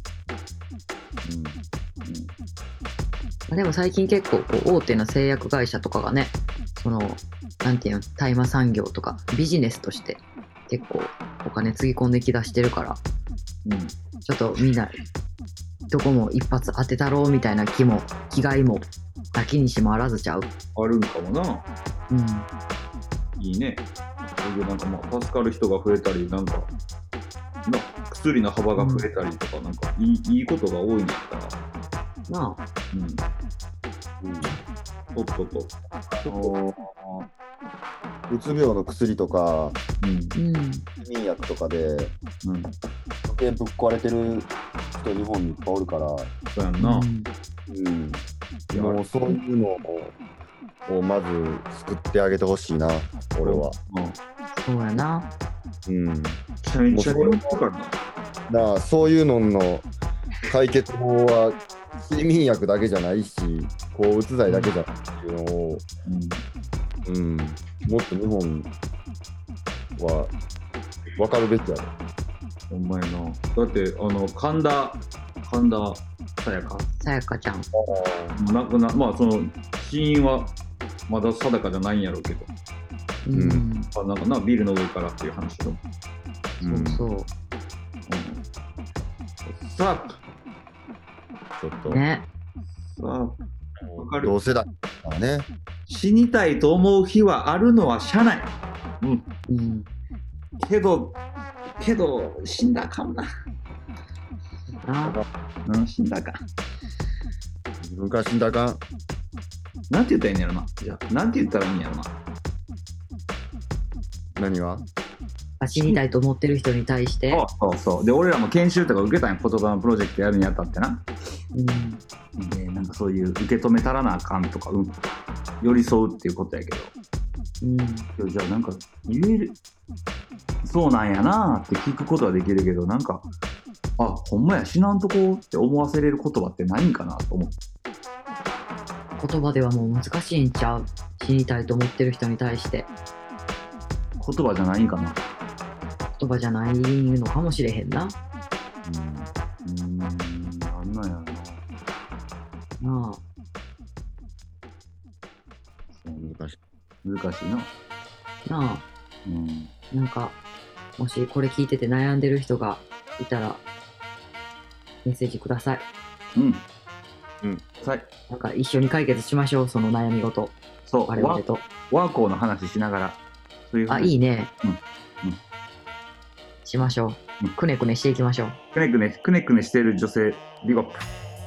でも最近結構こう大手の製薬会社とかがね、そのなんていうの、大麻産業とかビジネスとして結構お金つぎ込んできだしてるから、ちょっとみんなどこも一発当てたろうみたいな気概もなきにしもあらずちゃう。 あるんかもな。いいね。それでなんかまあ助かる人が増えたり、なんか薬の幅が増えたりとか、なんかいいことが多いんだったらなあ。 とっとと。 うつ病の薬とか、 睡眠薬とかで、余計ぶっ壊れてる人日本にいっぱいおるから、 そうやんな。 もうそういうのをまず救ってあげてほしいな、俺は。 そうやな。 めちゃめちゃ喜ぶからな。 なあ、そういうのの解決法は睡眠薬だけじゃないし、抗うつ剤だけじゃないっていうのを、もっと日本は分かるべきやろ。 ほんまやな。だって神田沙也加ちゃん。 まあその死因はまだ定かじゃないんやろうけど。なんかな、ビルの上からっていう話だ。 そう。 さあ、 ちょっとね。 さあ、わかる。 同世代だね。 死にたいと思う日はあるのはしゃない。けど死んだらあかんな。死んだらあかん。 自分から死んだらあかん。 なんて言ったらいいんやろな。じゃあ、なんて言ったらいいんやろな。 何が？ 死にたいと思ってる人に対して。 そう。で、俺らも研修とか受けたんや、言葉のプロジェクトやるにあたってな。で、なんかそういう受け止めたらなあかんとか、寄り添うっていうことやけど。じゃあなんか言える、そうなんやなって聞くことはできるけど、なんか、ほんまや、死なんとこって思わせれる言葉ってないんかなと思う。 言葉ではもう難しいんちゃう？死にたいと思ってる人に対して。 言葉じゃないんかな。 言葉じゃないのかもしれへんな。 なんなんやろな。 なあ。 難しいな。 なあ。なんか、もしこれ聞いてて悩んでる人がいたら、メッセージください。なんか一緒に解決しましょう、その悩み事。 そう、 我々と。 ワーコーの話しながら。 いいね。しましょう。くねくねしていきましょう。 くねくねしてる女性、ビゴップ。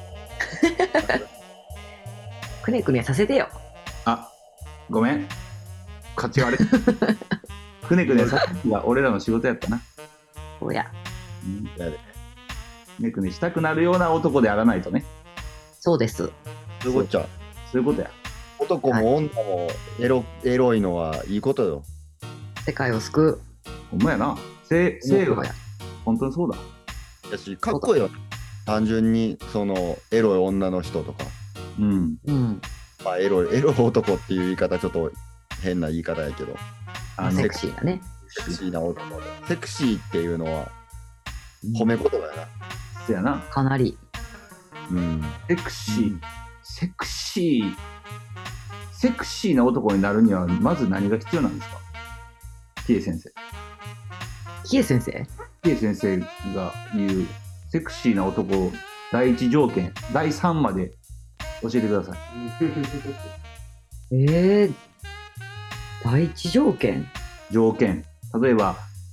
くねくねさせてよ。 ごめん。勝ち悪い。くねくねさせるのが俺らの仕事やったな。 そうや。 くねくねしたくなるような男であらないとね。 そうです。 そういうことちゃう。 そういうことや。 男も女もエロいのはいいことよ。 世界を救う。 ほんまやな。性は本当にそうだ。 やし、かっこいいよ。単純にそのエロい女の人とか。まあエロい男っていう言い方ちょっと変な言い方やけど。 セクシーなね。 セクシーな男。セクシーっていうのは褒め言葉やな。 そうやな。 かなり。 セクシーな男になるにはまず何が必要なんですか？キエ先生。 キエ先生が言うセクシーな男第一条件、第3まで教えてください。 第一条件？ 例えば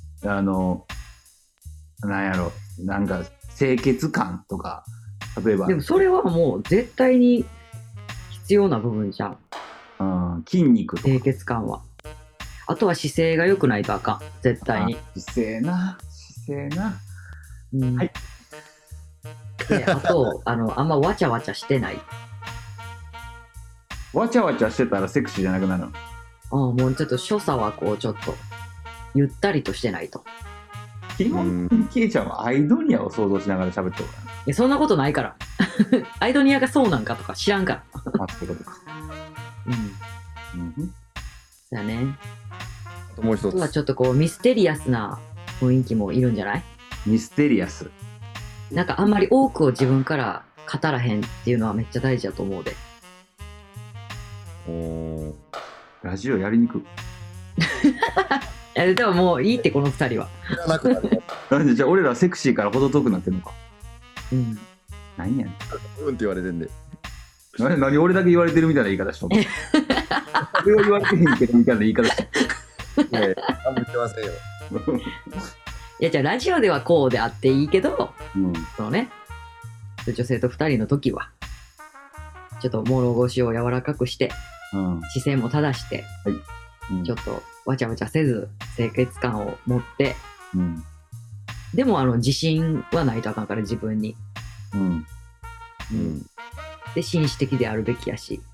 なんやろ、なんか清潔感とか、例えば。 でもそれはもう絶対に必要な部分じゃん。 筋肉とか。 清潔感は。あとは姿勢が良くないとあかん。絶対に。 姿勢な。はい。 で、あと、あんまわちゃわちゃしてない。 わちゃわちゃしてたらセクシーじゃなくなるの？ もうちょっと所作はこうちょっとゆったりとしてないと。 基本的にキエちゃんはアイドニアを想像しながら喋ってるから。 いや、そんなことないから。アイドニアがそうなんかとか知らんから。 ってことか。 そうやね。 もう一つ。 あとはちょっとこうミステリアスな雰囲気もいるんじゃない？ ミステリアス。 なんかあんまり多くを自分から語らへんっていうのはめっちゃ大事だと思うで。 ラジオやりにくい。 でももういいってこの2人は。 知らなくなる。 なんでじゃあ俺らセクシーから程遠くなってんのか。何やねん。 うんって言われてんで。 何俺だけ言われてるみたいな言い方しとんの。俺は言われてへんけどみたいな言い方しとんの。 いやいや、何も言ってませんよ。 いやじゃあラジオではこうであっていいけど、そのね、女性と2人の時はちょっと物腰を柔らかくして、姿勢も正して、ちょっとわちゃわちゃせず清潔感を持って、でも自信はないとあかんから自分に、で紳士的であるべきやし、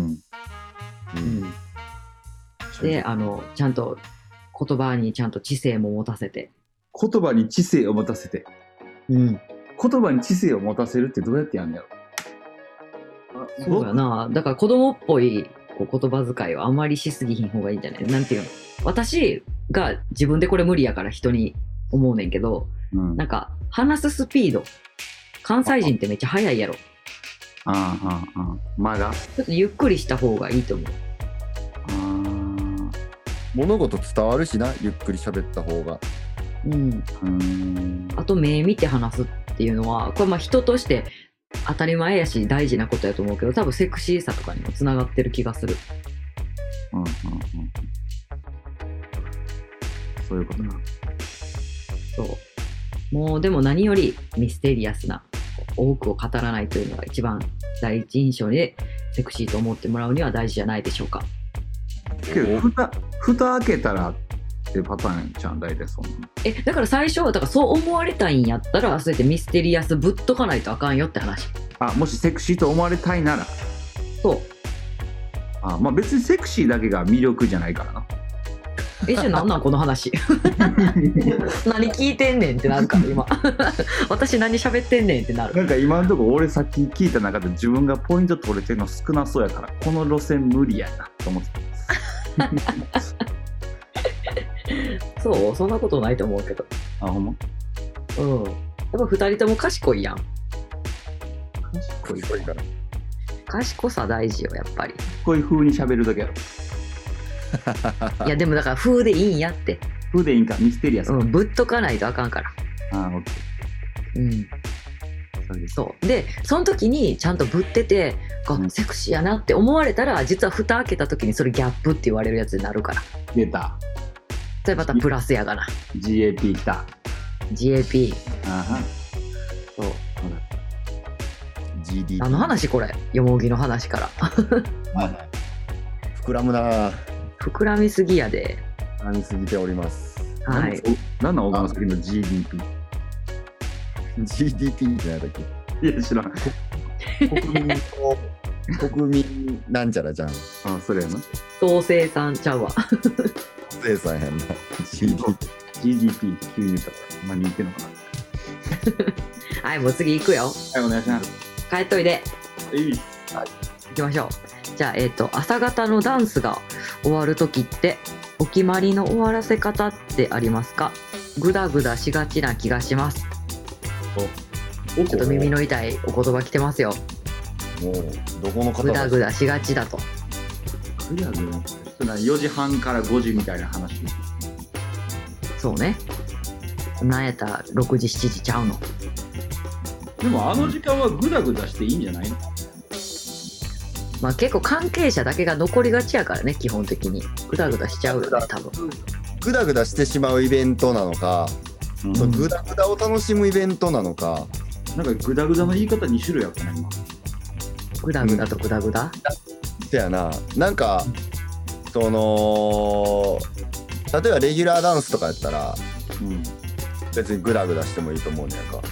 でちゃんと言葉にちゃんと知性も持たせて、 言葉に知性を持たせて、言葉に知性を持たせるってどうやってやんのやろ。 そうやな。だから子供っぽい言葉遣いはあんまりしすぎひん方がいいんじゃない。なんていうの、私が自分でこれ無理やから人に思うねんけど、なんか話すスピード、関西人ってめっちゃ速いやろ。 間がちょっとゆっくりした方がいいと思う。 物事伝わるしな、ゆっくり喋った方が。 あと目見て話すっていうのはこれまあ人として当たり前やし大事なことやと思うけど、多分セクシーさとかにもつながってる気がする。 そういうことな。 そうもうでも何よりミステリアスな多くを語らないというのが一番第一印象でセクシーと思ってもらうには大事じゃないでしょうか。 けど蓋開けたらってパターンちゃん大体そんな。 だから最初はだからそう思われたいんやったらそうやってミステリアスぶっとかないとあかんよって話。 もしセクシーと思われたいなら。 そう。 まあ別にセクシーだけが魅力じゃないからな。 じゃあなんなんこの話。何聞いてんねんってなるから今。私何喋ってんねんってなる。 なんか今のところ俺さっき聞いた中で自分がポイント取れてるの少なそうやからこの路線無理やなと思ってた。 そうそんなことないと思うけど。 ほんま。 やっぱ2人とも賢いやん。 賢いから。 賢さ大事よやっぱり。 こういう風に喋るだけやろ。 いやでもだから風でいいんやって。 風でいいんか、ミステリアス。 ぶっとかないとあかんから。 オッケー。そうでその時にちゃんとぶってて、セクシーやなって思われたら実は蓋開けた時にそれギャップって言われるやつになるから。 出た。 それまたプラスやがな。 GAP きた。 GAP。そう。 GDP。 話これよもぎの話から。 膨らむな。 膨らみすぎやで。 膨らみすぎております。 はい。 何の小川崎の GDP。GDP って何だっけ。 いや知らん。 国民なんちゃらじゃん。 それやな。 総生産ちゃうわ。 生産やんな。 GDP 急に言ったから。何言ってんのかな。 はい、もう次行くよ。 はい、お願いします。 帰っといで。 はい。 行きましょう。じゃあ、朝方のダンスが終わるときって、お決まりの終わらせ方ってありますか？グダグダしがちな気がします。ちょっと耳の痛いお言葉来てますよ。 もう、どこの方グダグダしがちだと。 グダグダ4時半から5時みたいな話。 そうね。なんやったら6時、7時ちゃうの。 でもあの時間はグダグダしていいんじゃないの？ まあ結構関係者だけが残りがちやからね、基本的に。グダグダしちゃうよね、多分。 グダグダしてしまうイベントなのか、グダグダを楽しむイベントなのか。 なんかグダグダの言い方2種類あったね、今。 グダグダとグダグダ？ せやな。なんか、例えばレギュラーダンスとかやったら、別にグダグダしてもいいと思うんやんか。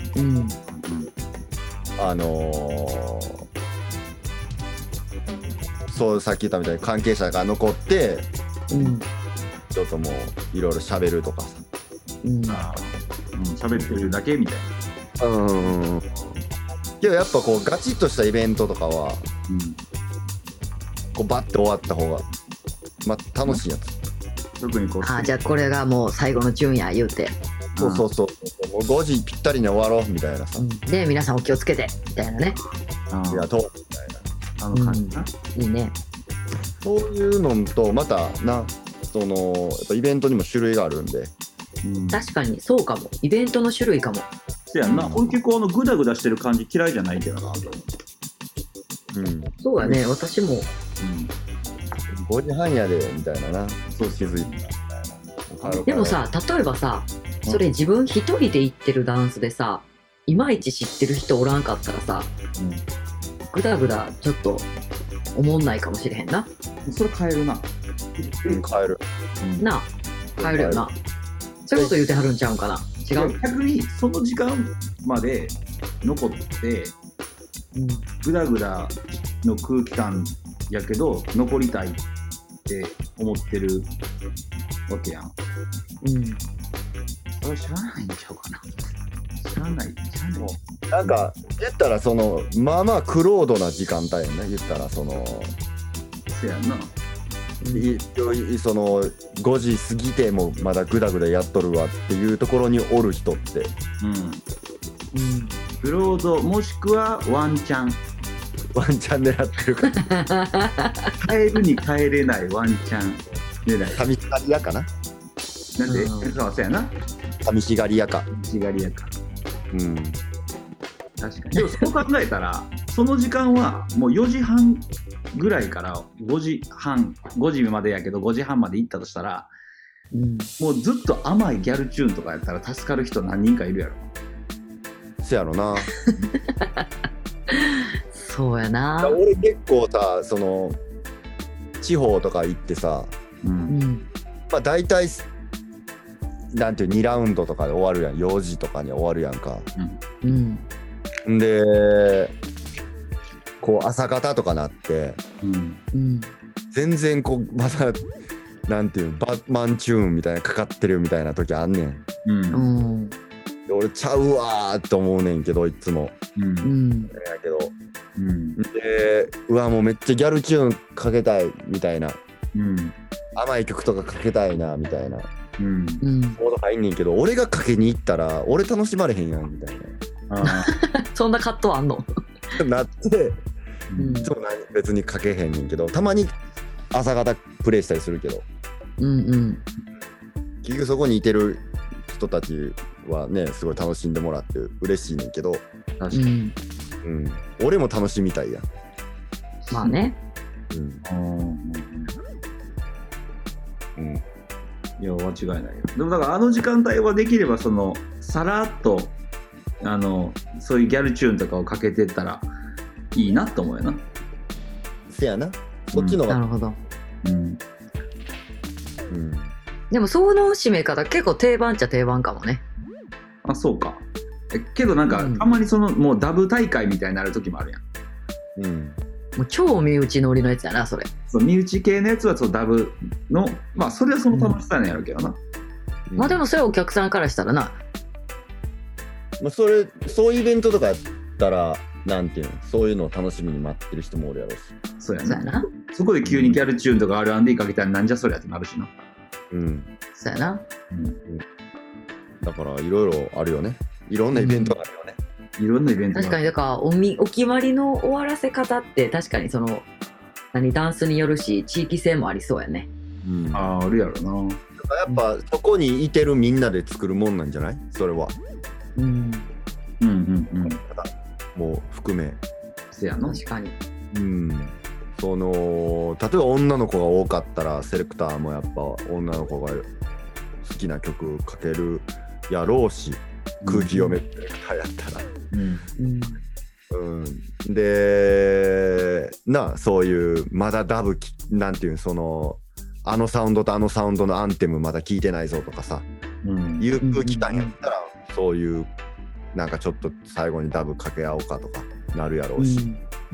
そうさっき言ったみたいに関係者が残って、ちょっともういろいろ喋るとかさ、 喋ってるだけみたいな。けどやっぱこうガチッとしたイベントとかは、こうバッて終わった方が楽しいやつ。 特にこうじゃあこれがもう最後のチューンや言うてそうもう5時ぴったりに終わろうみたいなさ、 で皆さんお気をつけてみたいなね。 ありがとうみたいな感じな、 いいね。 そういうのとまたな、そのやっぱイベントにも種類があるんで、 確かにそうかも。イベントの種類かも。 そうやんな。俺結構グダグダしてる感じ嫌いじゃないけどな。 そうやね、私も。 5時半やでみたいなな。そう気づいた。 でもさ、例えばさ、それ自分一人で行ってるダンスでさ、いまいち知ってる人おらんかったらさ、グダグダちょっと思んないかもしれへんな。 それ変えるな。 変える。 なあ、変えるよな。そういうこと言うてはるんちゃうんかな。違う。 逆にその時間まで残って、グダグダの空気感やけど残りたいって思ってるわけやん。それは知らないんちゃうかな。知らない。 なんか言ったらそのまあまあクロードな時間帯やね。言ったらそのせやんな。 その5時過ぎてもまだグダグダやっとるわっていうところにおる人って、 クロードもしくはワンチャン狙ってるから帰るに帰れないワンチャン狙い。 寂しがり屋かな。 なんで？そうやな。 寂しがり屋か。 確かに。でもそう考えたらその時間はもう4時半ぐらいから5時までやけど5時半まで行ったとしたら、もうずっと甘いギャルチューンとかやったら助かる人何人かいるやろ。 せやろな。 そうやな。 俺結構さ、その地方とか行ってさ、まあ大体なんていう2ラウンドとかで終わるやん。4時とかに終わるやんか。でこう朝方とかなって、全然こうまだなんていうバッマンチューンみたいなかかってるみたいな時あんねん。で俺ちゃうわーって思うねんけどいつも。やけど、でうわもうめっちゃギャルチューンかけたいみたいな、甘い曲とかかけたいなみたいな。モード入んねんけど俺がかけに行ったら俺楽しまれへんやんみたいな。 そんな葛藤あんのなって、そう別にかけへんねんけどたまに朝方プレイしたりするけど、結局そこにいてる人たちはねすごい楽しんでもらって嬉しいねんけど、 確かに、 俺も楽しみたいやん。 まあね。 いや間違いないよ。でもだからあの時間帯はできればそのさらっとそういうギャルチューンとかをかけてったらいいなと思うよな。 せやな。そっちのが、 なるほど。でもその締め方結構定番っちゃ定番かもね。 あ、そうか。けどなんか、たまにそのもうダブ大会みたいになる時もあるやん。 もう超身内乗りのやつやなそれ。 そう身内系のやつはそうダブのまあそれはその楽しさなんやろうけどな。 まあでもそれはお客さんからしたらな。 まあそういうイベントとかやったらなんていうのそういうのを楽しみに待ってる人もおるやろうし。 そうやな。そこで急にギャルチューンとか R&B かけたらなんじゃそりゃってなるしな。 そうやな。 だからいろいろあるよね。いろんなイベントがあるよね。 いろんなイベントが。 確かにだからお決まりの終わらせ方って確かにそのダンスによるし地域性もありそうやね。 あるやろな。 やっぱそこにいてるみんなで作るもんなんじゃない？それは。もう含め。 せやな。 確かに。 その例えば女の子が多かったらセレクターもやっぱ女の子が好きな曲かけるやろうし、空気読めセレクターやったら。でそういうまだダブなんていうそのあのサウンドとあのサウンドのアンテムまだ聞いてないぞとかさ、いう空気感やったらそういうなんかちょっと最後にダブ掛け合おうかとかなるやろうし、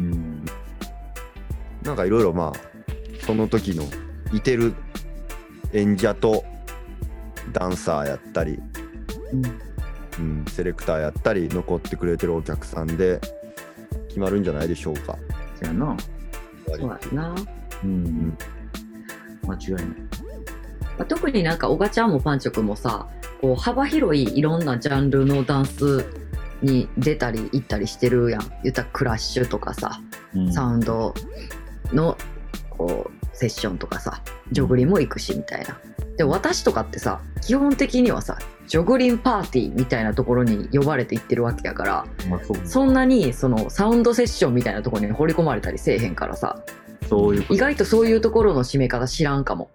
なんかいろいろまあその時のいてる演者とダンサーやったり、セレクターやったり残ってくれてるお客さんで決まるんじゃないでしょうか。 そうやな。 そうやな。 間違いない。 特になんかおがちゃんもパンチョくんもさこう幅広いいろんなジャンルのダンスに出たり行ったりしてるやん。言ったらクラッシュとかさ、サウンドのこうセッションとかさ、ジョグリンも行くしみたいな。で私とかってさ、基本的にはさジョグリンパーティーみたいなところに呼ばれて行ってるわけやから、そんなにそのサウンドセッションみたいなところに放り込まれたりせえへんからさ、 そういう意外とそういうところの締め方知らんかも。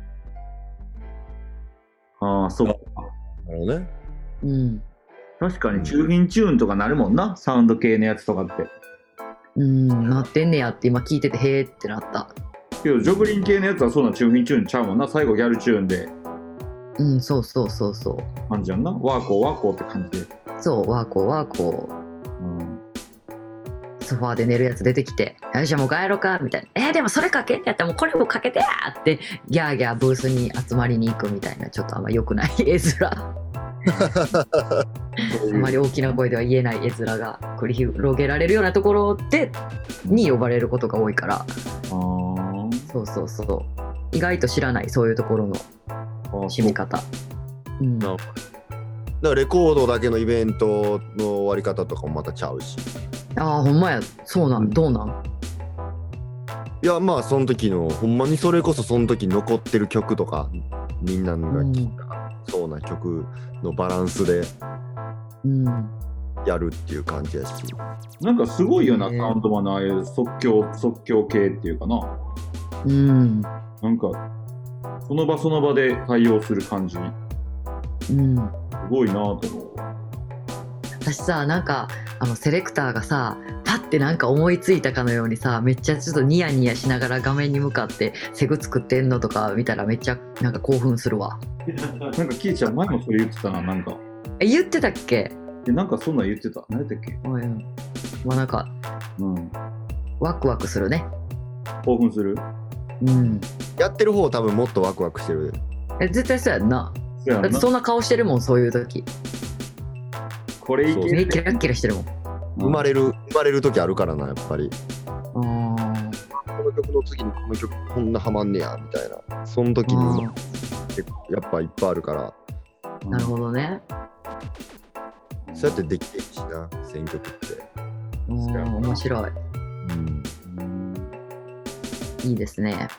ああ、そうか。 なるほどね。 うん。 確かに中品チューンとかなるもんな、サウンド系のやつとかって。 なってんねやって今聞いててへーってなった。 けどジョグリン系のやつはそんな中品チューンちゃうもんな。最後ギャルチューンで。 そう感じやんな。ワーコーワーコーって感じで。 そう、ワーコー。ソファーで寝るやつ出てきて、よしもう帰ろうかみたいな。でもそれかけんやったらもうこれもかけてやってギャーギャーブースに集まりに行くみたいな、ちょっとあんま良くない絵面。あまり大きな声では言えない絵面が繰り広げられるようなところに呼ばれることが多いから。そう意外と知らない、そういうところの締め方。 だからレコードだけのイベントの終わり方とかもまたちゃうし。 ああほんまや。そうなん、どうなん？ いやまあその時のほんまにそれこそその時残ってる曲とかみんなが聴いたそうな曲のバランスでやるっていう感じやし、 なんかすごいよな、サウンドマンのああいう即興系っていうかな。なんかその場その場で対応する感じ、すごいなと思う。 私さ、なんかセレクターがさパッてなんか思いついたかのようにさ、めっちゃちょっとニヤニヤしながら画面に向かってセグ作ってんのとか見たらめっちゃなんか興奮するわ。 なんかキイちゃん前もそれ言ってたな。なんか言ってたっけ？ なんかそんなん言ってた。何やったっけ？ まあなんかワクワクするね。 興奮する？ やってる方多分もっとワクワクしてる。 絶対そうやんな。だってそんな顔してるもん、そういう時。 これいける。 キラッキラしてるもん。 生まれる時あるからな、やっぱり。この曲の次にこの曲こんなハマんねやみたいな、その時にやっぱいっぱいあるから。 なるほどね。 そうやってできてるしな、選曲って。 面白い。いいですね。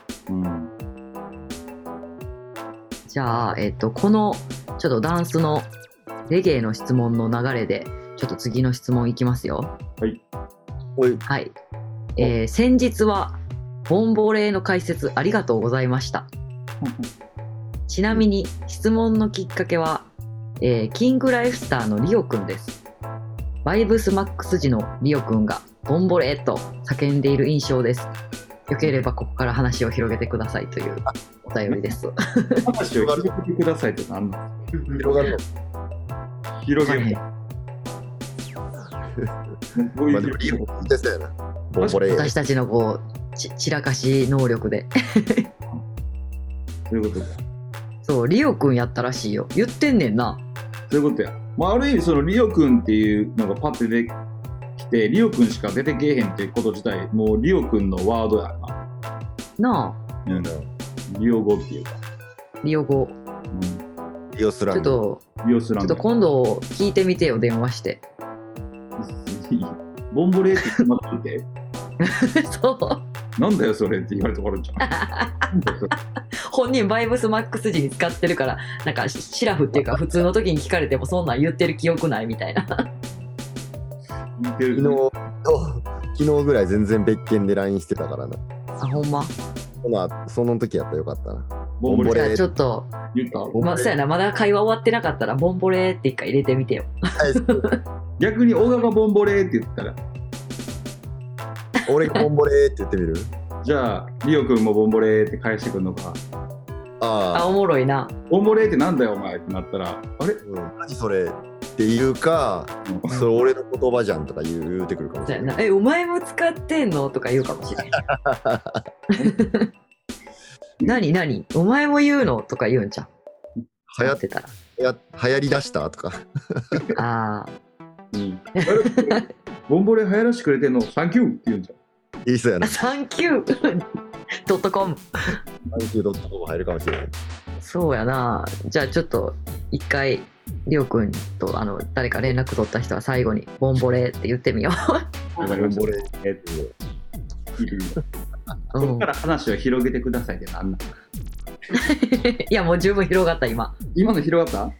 じゃあ、このちょっとダンスのレゲエの質問の流れでちょっと次の質問いきますよ。はい。先日はボンボレーの解説ありがとうございました。ちなみに質問のきっかけは、キングライフスターのリオくんです。バイブスマックス時のリオくんがボンボレーと叫んでいる印象です。よければここから話を広げてくださいというお便りです。 話を広げてくださいって何なの？ 広がるの？ 広げる。 私たちのこう散らかし能力で。 そういうことだ。 そう、リオくんやったらしいよ。言ってんねんな。 そういうことや。まあ、ある意味そのリオくんっていうのがパッて出てきて、リオくんしか出てけえへんってこと自体、もうリオくんのワードやな。 なあ。 リオ語っていうか。 リオ語。 リオスラング。 ちょっと今度聞いてみてよ、電話して。 ボンボレーって言ってもらってて。 そう。 なんだよそれって言われて終わるんじゃん。 本人バイブスマックス時に使ってるから、なんかシラフっていうか普通の時に聞かれてもそんなん言ってる記憶ないみたいな。 昨日ぐらい全然別件で LINE してたからな。 あ、ほんま。 その時やったらよかったな。 ボンボレー。じゃあちょっと言った？ まあそうやな、まだ会話終わってなかったらボンボレーって一回入れてみてよ。 逆に小川ボンボレーって言ったら。 俺がボンボレーって言ってみる？ じゃあリオくんもボンボレーって返してくるのか。 あ、おもろいな。 ボンボレーってなんだよお前ってなったら、あれ？ 何それって言うか、それ俺の言葉じゃんとか言うてくるかもしれない。 お前も使ってんのとか言うかもしれない。何お前も言うのとか言うんじゃん。 流行ってたら。流行りだしたとか。 ああ。 ボンボレ流行らしてくれてんのサンキューって言うんじゃん。 いいそうやな。 サンキュー.com。 サンキュー.com入るかもしれない。 そうやな。じゃあちょっと一回りょうくんと誰か連絡取った人は最後にボンボレって言ってみよボンボレそこから話を広げてくださいってなんなん。 いやもう十分広がった今の広がった？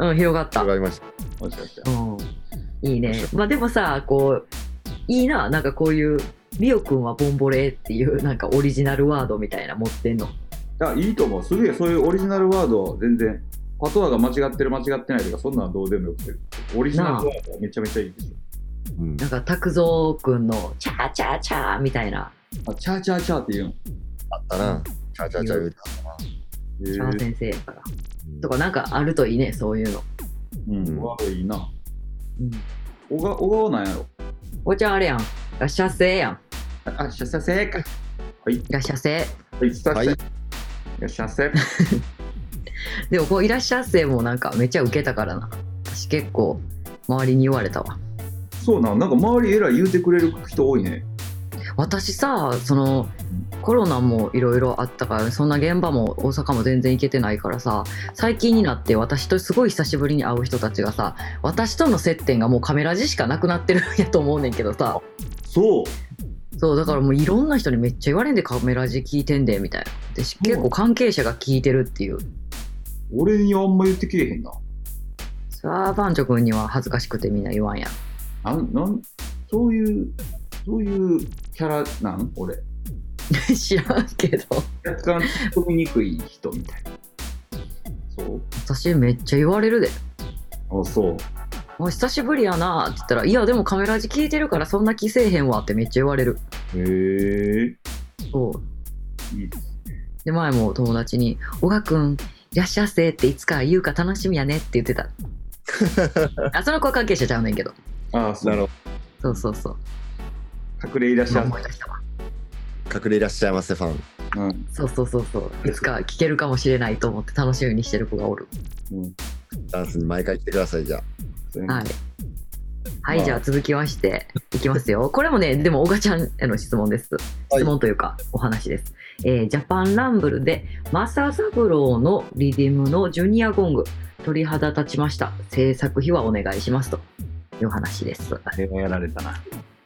うん、広がった。 広がりました。 もしかしたら。いいね。まあでもさ、こういいな、なんかこういうリオくんはボンボレっていうなんかオリジナルワードみたいな持ってんの。 いいと思う。すげえそういうオリジナルワード全然パトワが間違ってる間違ってないとかそんなのどうでもよくて、オリジナルワードはめちゃめちゃいいですよ。 なんか拓蔵くんのチャーチャーチャーみたいな。 チャーチャーチャーって言うの。 あったな。チャーチャーチャー言うたチャー先生やから。とかなんかあるといいね、そういうの。 ワードいいな。小川なんやろ。 おちゃんあれやん。いらっしゃっせーやん。 あ、しゃせーか。はい。 いらっしゃっせー。 はい。いらっしゃっせー。 でもこういらっしゃっせーもなんかめっちゃウケたからな。私結構周りに言われたわ。 そうなんか周りえらい言うてくれる人多いね。 私さ、コロナもいろいろあったから、そんな現場も大阪も全然行けてないからさ、最近になって私とすごい久しぶりに会う人たちがさ、私との接点がもうカメラ字しかなくなってるんやと思うねんけどさ。そうだからもういろんな人にめっちゃ言われんで、カメラ字聞いてんでみたいな。で結構関係者が聞いてるっていう。 俺にあんま言ってけえへんな。 さあパンチョ君には恥ずかしくてみんな言わんやん。 そういうキャラなん俺。 知らんけど。 若干突っ込みにくい人みたいな。そう。 私めっちゃ言われるで。 あ、そう。 もう久しぶりやなって言ったら、いやでもカメラ字聞いてるからそんな気せえへんわってめっちゃ言われる。 へえ。 そう。 いいですね。 で前も友達に「小川くんいらっしゃっせ」っていつか言うか楽しみやねって言ってた。あ、その子は関係者ちゃうねんけど。 ああ、そう。 そう。 隠れいらっしゃい。 思い出したわ。 隠れいらっしゃいませファン。 そう。いつか聞けるかもしれないと思って楽しみにしてる子がおる。 ダンスに毎回来てくださいじゃあ。はい、じゃあ続きましていきますよ。これもね、でも小川ちゃんへの質問です。質問というかお話です。ジャパンランブルでマサ三郎のリディムのジュニアゴング鳥肌立ちました。制作費はお願いしますという話です。 あれはやられたな。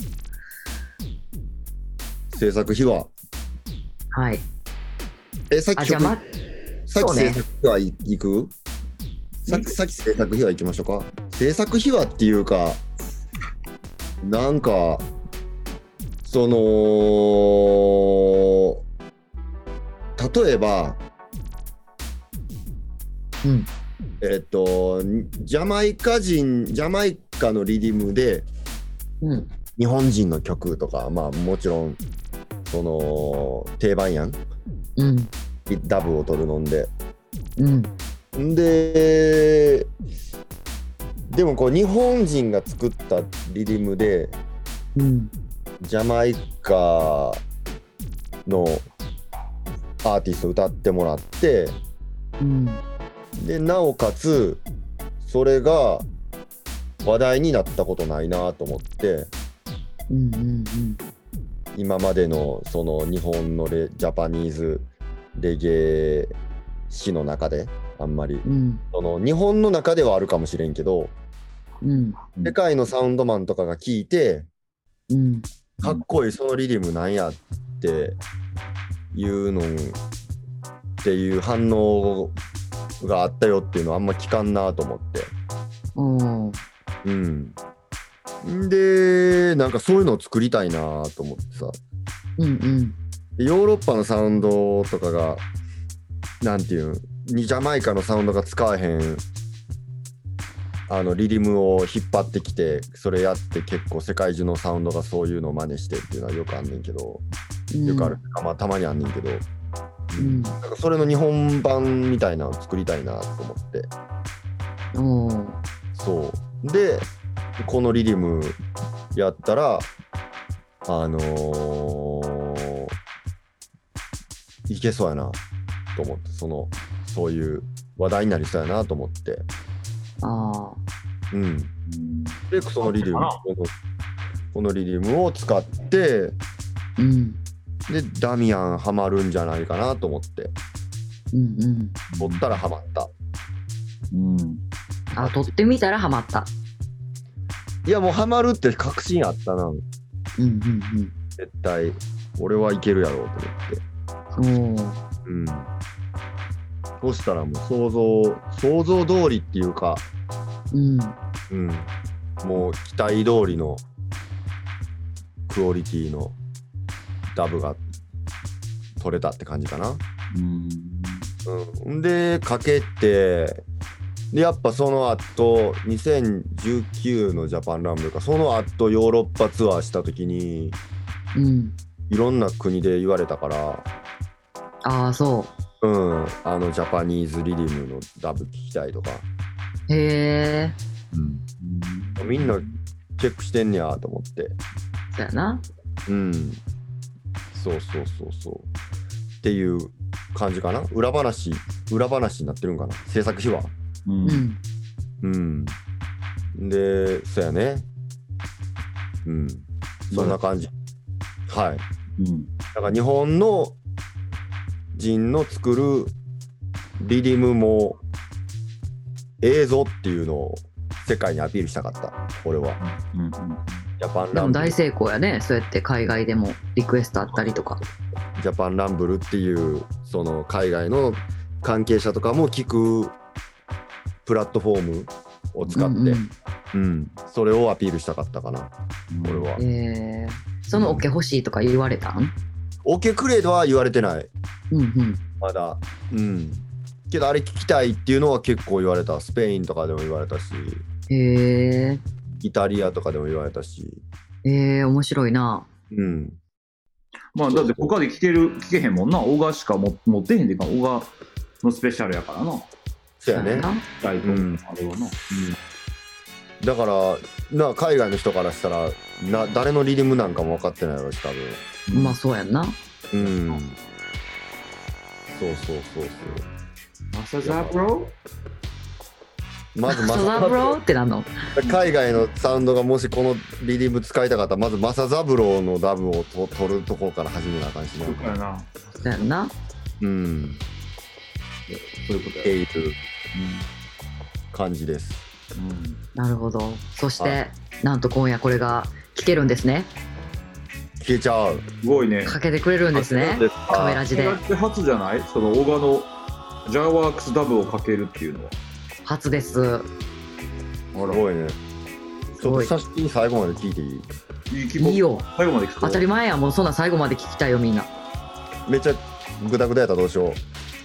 制作費ははい。 さっき制作費は行く？さっき制作費は行きましょうか。制作費はっていうか、なんか例えば、ジャマイカのリディムで、日本人の曲とか、まあもちろん定番やん、ダブを取るのんで、でもこう日本人が作ったリディムで、ジャマイカのアーティスト歌ってもらって、でなおかつそれが話題になったことないなと思って、今までのその日本のジャパニーズレゲエ史の中であんまり、その日本の中ではあるかもしれんけど、世界のサウンドマンとかが聞いて、かっこいいそのリディムなんやっていうのっていう反応があったよっていうのはあんま聞かんなと思って、でなんかそういうのを作りたいなと思ってさ、ヨーロッパのサウンドとかがなんていうジャマイカのサウンドが使わへんリディムを引っ張ってきて、それやって結構世界中のサウンドがそういうのを真似してっていうのはよくあんねんけど、よくある、まあたまにあんねんけど、なんかそれの日本版みたいなのを作りたいなと思って、そうでこのリディムやったらいけそうやなと思って、そういう話題になりそうやなと思って、でそのリディム、このリディムを使って、でダミアンハマるんじゃないかなと思って、取ったらハマった。 撮ってみたらハマった。 いやもうハマるって確信あったな。絶対俺はいけるやろうと思って。そしたらもう想像通りっていうか、もう期待通りのクオリティのダブが取れたって感じかな。でかけて、でやっぱその後2019のジャパンランブルか、その後ヨーロッパツアーした時に、いろんな国で言われたから、 そう。 ジャパニーズリリムのダブ聞きたいとか。 へえ。 みんなチェックしてんねやと思って。 そうやな。 そうっていう感じかな。裏話になってるんかな、制作秘話。でそうやね。そんな感じ。はい。だから日本の人の作るリリムも映像っていうのを世界にアピールしたかった、俺は。ジャパンランブルでも大成功やね。そうやって海外でもリクエストあったりとか。 ジャパンランブルっていうその海外の関係者とかも聞くプラットフォームを使って、それをアピールしたかったかな、俺は。 そのオケ欲しいとか言われたん？ オケくれとは言われてない。まだ。けどあれ聞きたいっていうのは結構言われた。スペインとかでも言われたし、イタリアとかでも言われたし。 面白いな。 まあだって他で聞けへんもんな。オガしか持ってへんでか。オガのスペシャルやからな。 そうやね。 あれはな。 だから海外の人からしたら誰のリリムなんかも分かってないやろし、多分。 まあそうやんな。 そう。 マサザブロー？ まずマサザブローってなんの？ 海外のサウンドがもしこのリリム使いたかったら、まずマサザブローのダブを取るところから始めなあかんしね。 そうやな。 そうやんな。 そういうことや。 っていう感じです。 なるほど。そしてなんと今夜これが聴けるんですね。 聴けちゃう。 すごいね。 かけてくれるんですね。カメラ字で。 初じゃない？そのオガのジャワークスダブをかけるっていうのは。 初です。 すごいね。ちょっと久しぶりに最後まで聞いていい？ いいよ。 最後まで聞く。 当たり前や。もうそんな最後まで聞きたいよみんな。 めっちゃグダグダやったらどうしよう。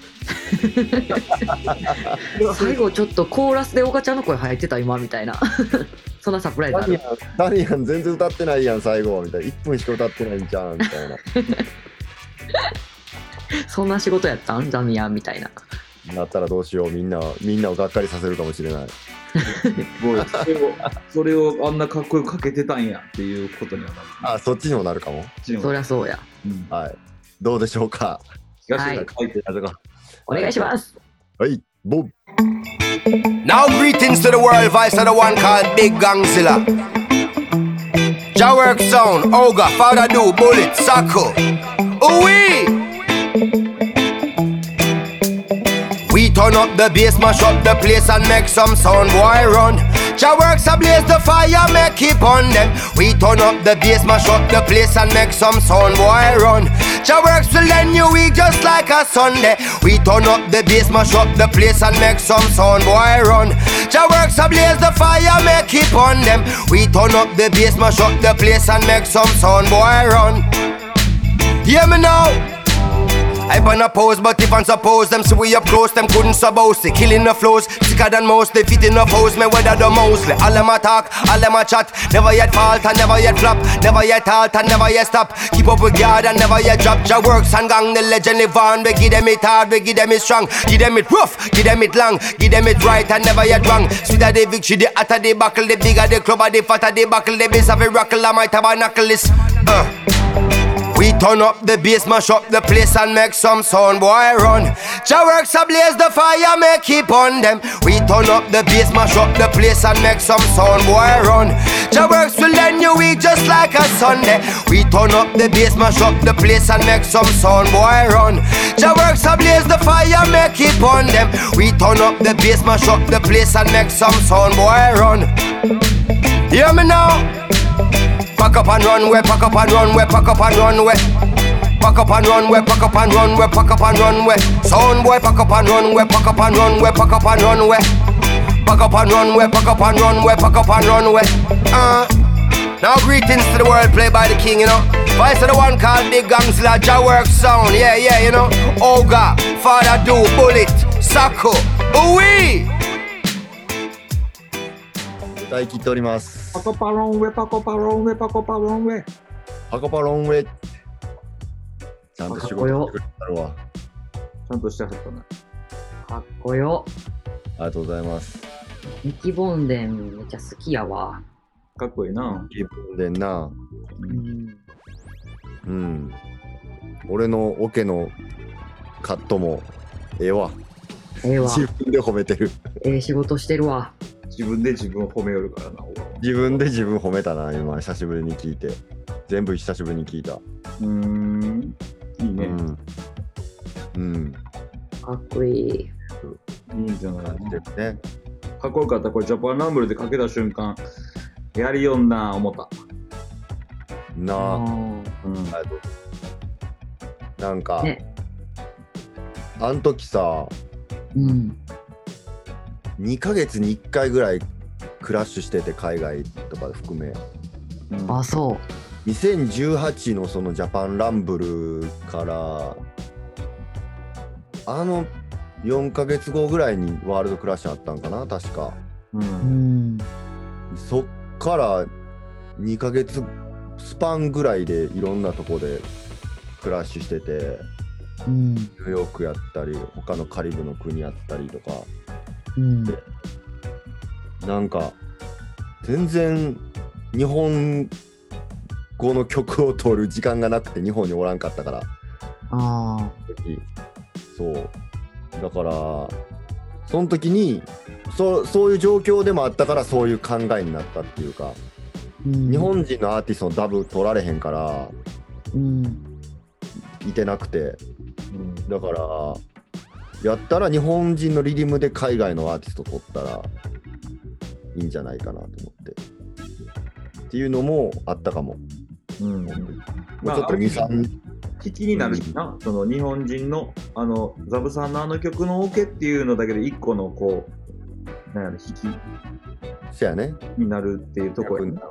最後ちょっとコーラスでオカちゃんの声入ってた今みたいな。そんなサプライズある。 ダニアン全然歌ってないやん最後みたいな。1分しか歌ってないんじゃんみたいな。 そんな仕事やったんダニアンみたいな。 なったらどうしよう。みんなをがっかりさせるかもしれない。 それをあんなかっこよくかけてたんやっていうことにはなる。 そっちにもなるかも。 そりゃそうや。 はい。どうでしょうか。 はい。お願いします。 はい。ボン。 Now greetings to the world, voice of the one called Big Gangzilla. Jawork Sound, Oga, Father Do, Bullet, Sako. Ooh-wee! We turn up the bass, mash up the place and make some sound, boy run. Jaworks ablaze the fire, make keep on them. We turn up the bass, mash up the place and make some sound, boy run. Jaworks will end your week just like a Sunday. We turn up the bass, mash up the place and make some sound, boy run. Jaworks ablaze the fire, make keep on them. We turn up the bass, mash up the place and make some sound, boy run. Hear me now. I ban a pose, but if I suppose them see we up close, them couldn't suppose. They killing the flows, sicker than most. They fit in the foes, me weather the mostly. All them attack, all them a chat. Never yet fault and never yet flop. Never yet halt and never yet stop. Keep up with guard and never yet drop. Jaworks and gang, the legend live on. We give them it hard, we give them it strong. Give them it rough, give them it long. Give them it right and never yet wrong. Sweeter the victory, the hotter the buckle. The bigger the club, the fatter the buckle. The bass of a rockle, I might have a knuckles. We turn up the bass, mash up the place and make some sound, boy run. Jaworks ablaze the fire, make keep on them. We turn up the bass, mash up the place and make some sound, boy run. Jaworks will end you, we week just like a Sunday. We turn up the bass, mash up the place and make some sound, boy run. Jah works ablaze the fire, make it on them. We turn up the bass, mash up the place and make some sound, boy run. Hear me now. Pack up and run, way, pack up and run, way, pack up and run, way. Pack up and run, way, pack up and run, way, pack up and run, way. Sound boy, pack up and run, way, pack up and run, way, pack up and run, way. Pack up and run, way, pack up and run, way, pack up and run, way. Now greetings to the world, played by the king, you know. Voice of the one called Big Gangsta, Jah work sound, yeah, you know. Oga, Father Do, Bullet, Sako, Ooh-wee. 歌い切っております。 パコパロンウェパコパロンウェパコパロンウェパコパロンウェ。ちゃんと仕事してくれたるわ。 ちゃんとしてはったな。 かっこよ。 ありがとうございます。 ミキボンデンめっちゃ好きやわ。 かっこいいな。 気分でんな。うん。俺のオケのカットもええわ。 ええわ。 自分で褒めてる。 ええ仕事してるわ。 自分で自分を褒めよるからな。 自分で自分褒めたな、今久しぶりに聞いて。全部久しぶりに聞いた。 いいね。 かっこいい。いいんじゃないね。 かっこよかった。これジャパンランブルでかけた瞬間、やりよんな思った。 なあ。なんか、ね、あん時さ、2ヶ月に1回ぐらいクラッシュしてて、海外とか含め。 あ、そう。 2018のそのジャパンランブルから4ヶ月後ぐらいにワールドクラッシュあったんかな、確か。そっから2ヶ月スパンぐらいでいろんなとこでクラッシュしてて、ニューヨークやったり他のカリブの国やったりとか、なんか全然日本語の曲を取る時間がなくて日本におらんかったから。そうだからその時にそういう状況でもあったからそういう考えになったっていうか、日本人のアーティストのダブ取られへんから、いてなくて、だからやったら日本人のリリムで海外のアーティスト取ったらいいんじゃないかなと思ってっていうのもあったかも。もうちょっと 2,3 引きになるしな、その日本人のザブさんの曲のオケっていうのだけで一個のこうなんやろ引きそやねになるっていうところやな。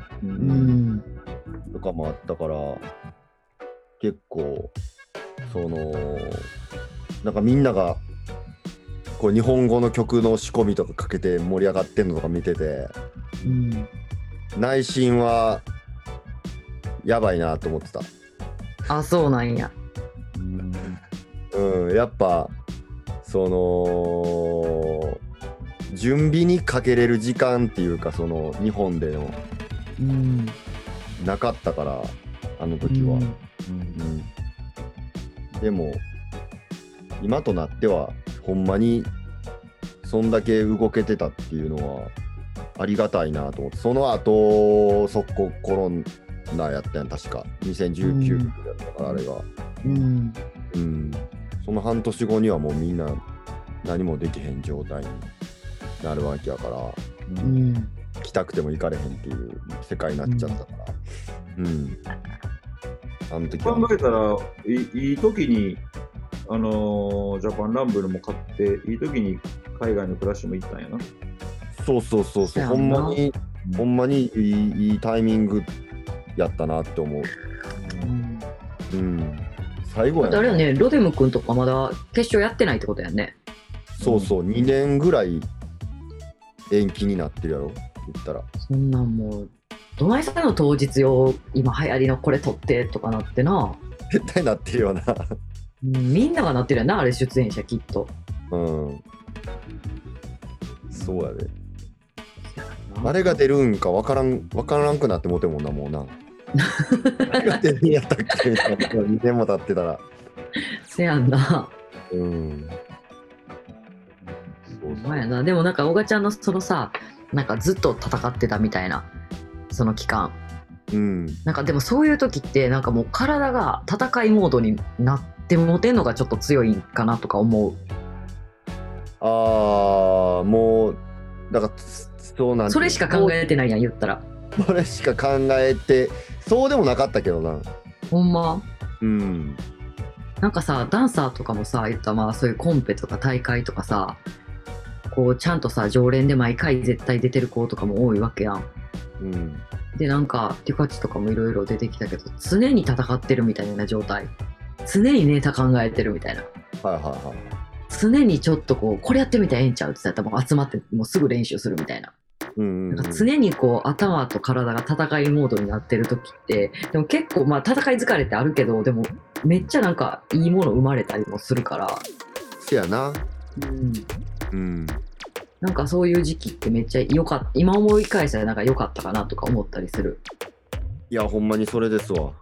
とかもあったから結構そのなんかみんながこう日本語の曲の仕込みとかかけて盛り上がってんのとか見てて、内心はやばいなと思ってた。 あ、そうなんや。 やっぱその準備にかけれる時間っていうかその日本での、なかったからあの時は、でも今となってはほんまにそんだけ動けてたっていうのはありがたいなと思って、その後速攻コロナやったやん確か2019やったからあれが、その半年後にはもうみんな何もできへん状態になるわけやから、来たくても行かれへんっていう世界になっちゃったから、あの時は考えたらいい時にジャパンランブルも買っていい時に海外のクラッシュも行ったんやな。 そうほんまにいいタイミングやったなって思う。最後やね。 あれよね、ロデム君とかまだ決勝やってないってことやね。 そう2年ぐらい延期になってるやろ言ったら。 そんなんもうどないさんの当日よ、今流行りのこれ撮ってとかなってな。 絶対なってるよな。 みんながなってるやな、あれ出演者きっと。 そうやで。あれが出るんかわからんくなってもてもんな、もうな。あれが出るんやったっけみたいな。2年も経ってたら。 せやんな。そうやな。でもなんか、おがちゃんのそのさ、なんかずっと戦ってたみたいな、その期間。 なんかでもそういう時ってなんかもう体が戦いモードになってモテんのがちょっと強いかなとか思う。 もうだからそうなんそれしか考えてないやん言ったら。 それしか考えてそうでもなかったけどな。 ほんま。なんかさダンサーとかもさ言ったらまあそういうコンペとか大会とかさこうちゃんとさ常連で毎回絶対出てる子とかも多いわけやん。でなんかティカチとかもいろいろ出てきたけど常に戦ってるみたいな状態、常にネタ考えてるみたいな、常にちょっとこうこれやってみたらええんちゃうって言ったらもう集まってもうすぐ練習するみたいな、なんか常にこう頭と体が戦いモードになってる時ってでも結構まあ戦い疲れってあるけどでもめっちゃなんかいいもの生まれたりもするから。 せやな。 なんかそういう時期ってめっちゃ良かった。今思い返したらなんか良かったかなとか思ったりする。 いやほんまにそれですわ。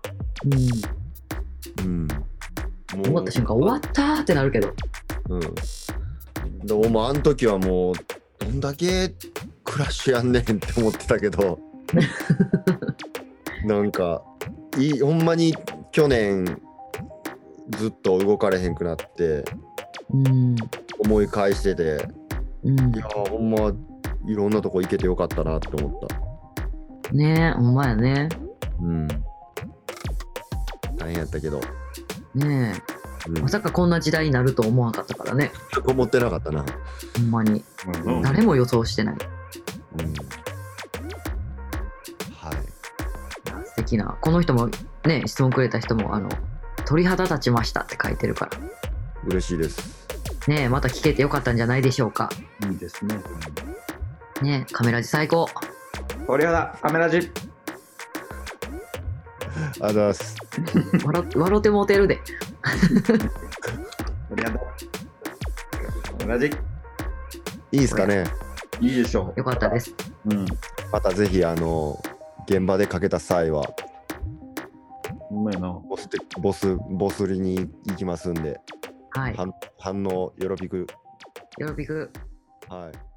もう終わった瞬間終わったーってなるけど。 でもあの時はもうどんだけクラッシュやんねんって思ってたけどなんかほんまに去年ずっと動かれへんくなって思い返してて。いやほんまいろんなとこ行けてよかったなって思ったねえ。ほんまやね。 大変やったけどねえ、まさかこんな時代になると思わなかったからね。 思ってなかったなほんまに、誰も予想してない。素敵な。この人もね質問くれた人も鳥肌立ちましたって書いてるから嬉しいですね。えまた聞けてよかったんじゃないでしょうか。 いいですね。 ねえカメラ字最高。 鳥肌カメラ字。 ありがとうございます笑ってもうてるで鳥肌カメラ字。 いいですかね。 いいでしょう。 よかったです。 またぜひ現場でかけた際はほんまやな。 ボスりに行きますんで、 はい。 反応よろぴく。 よろぴく。 はい。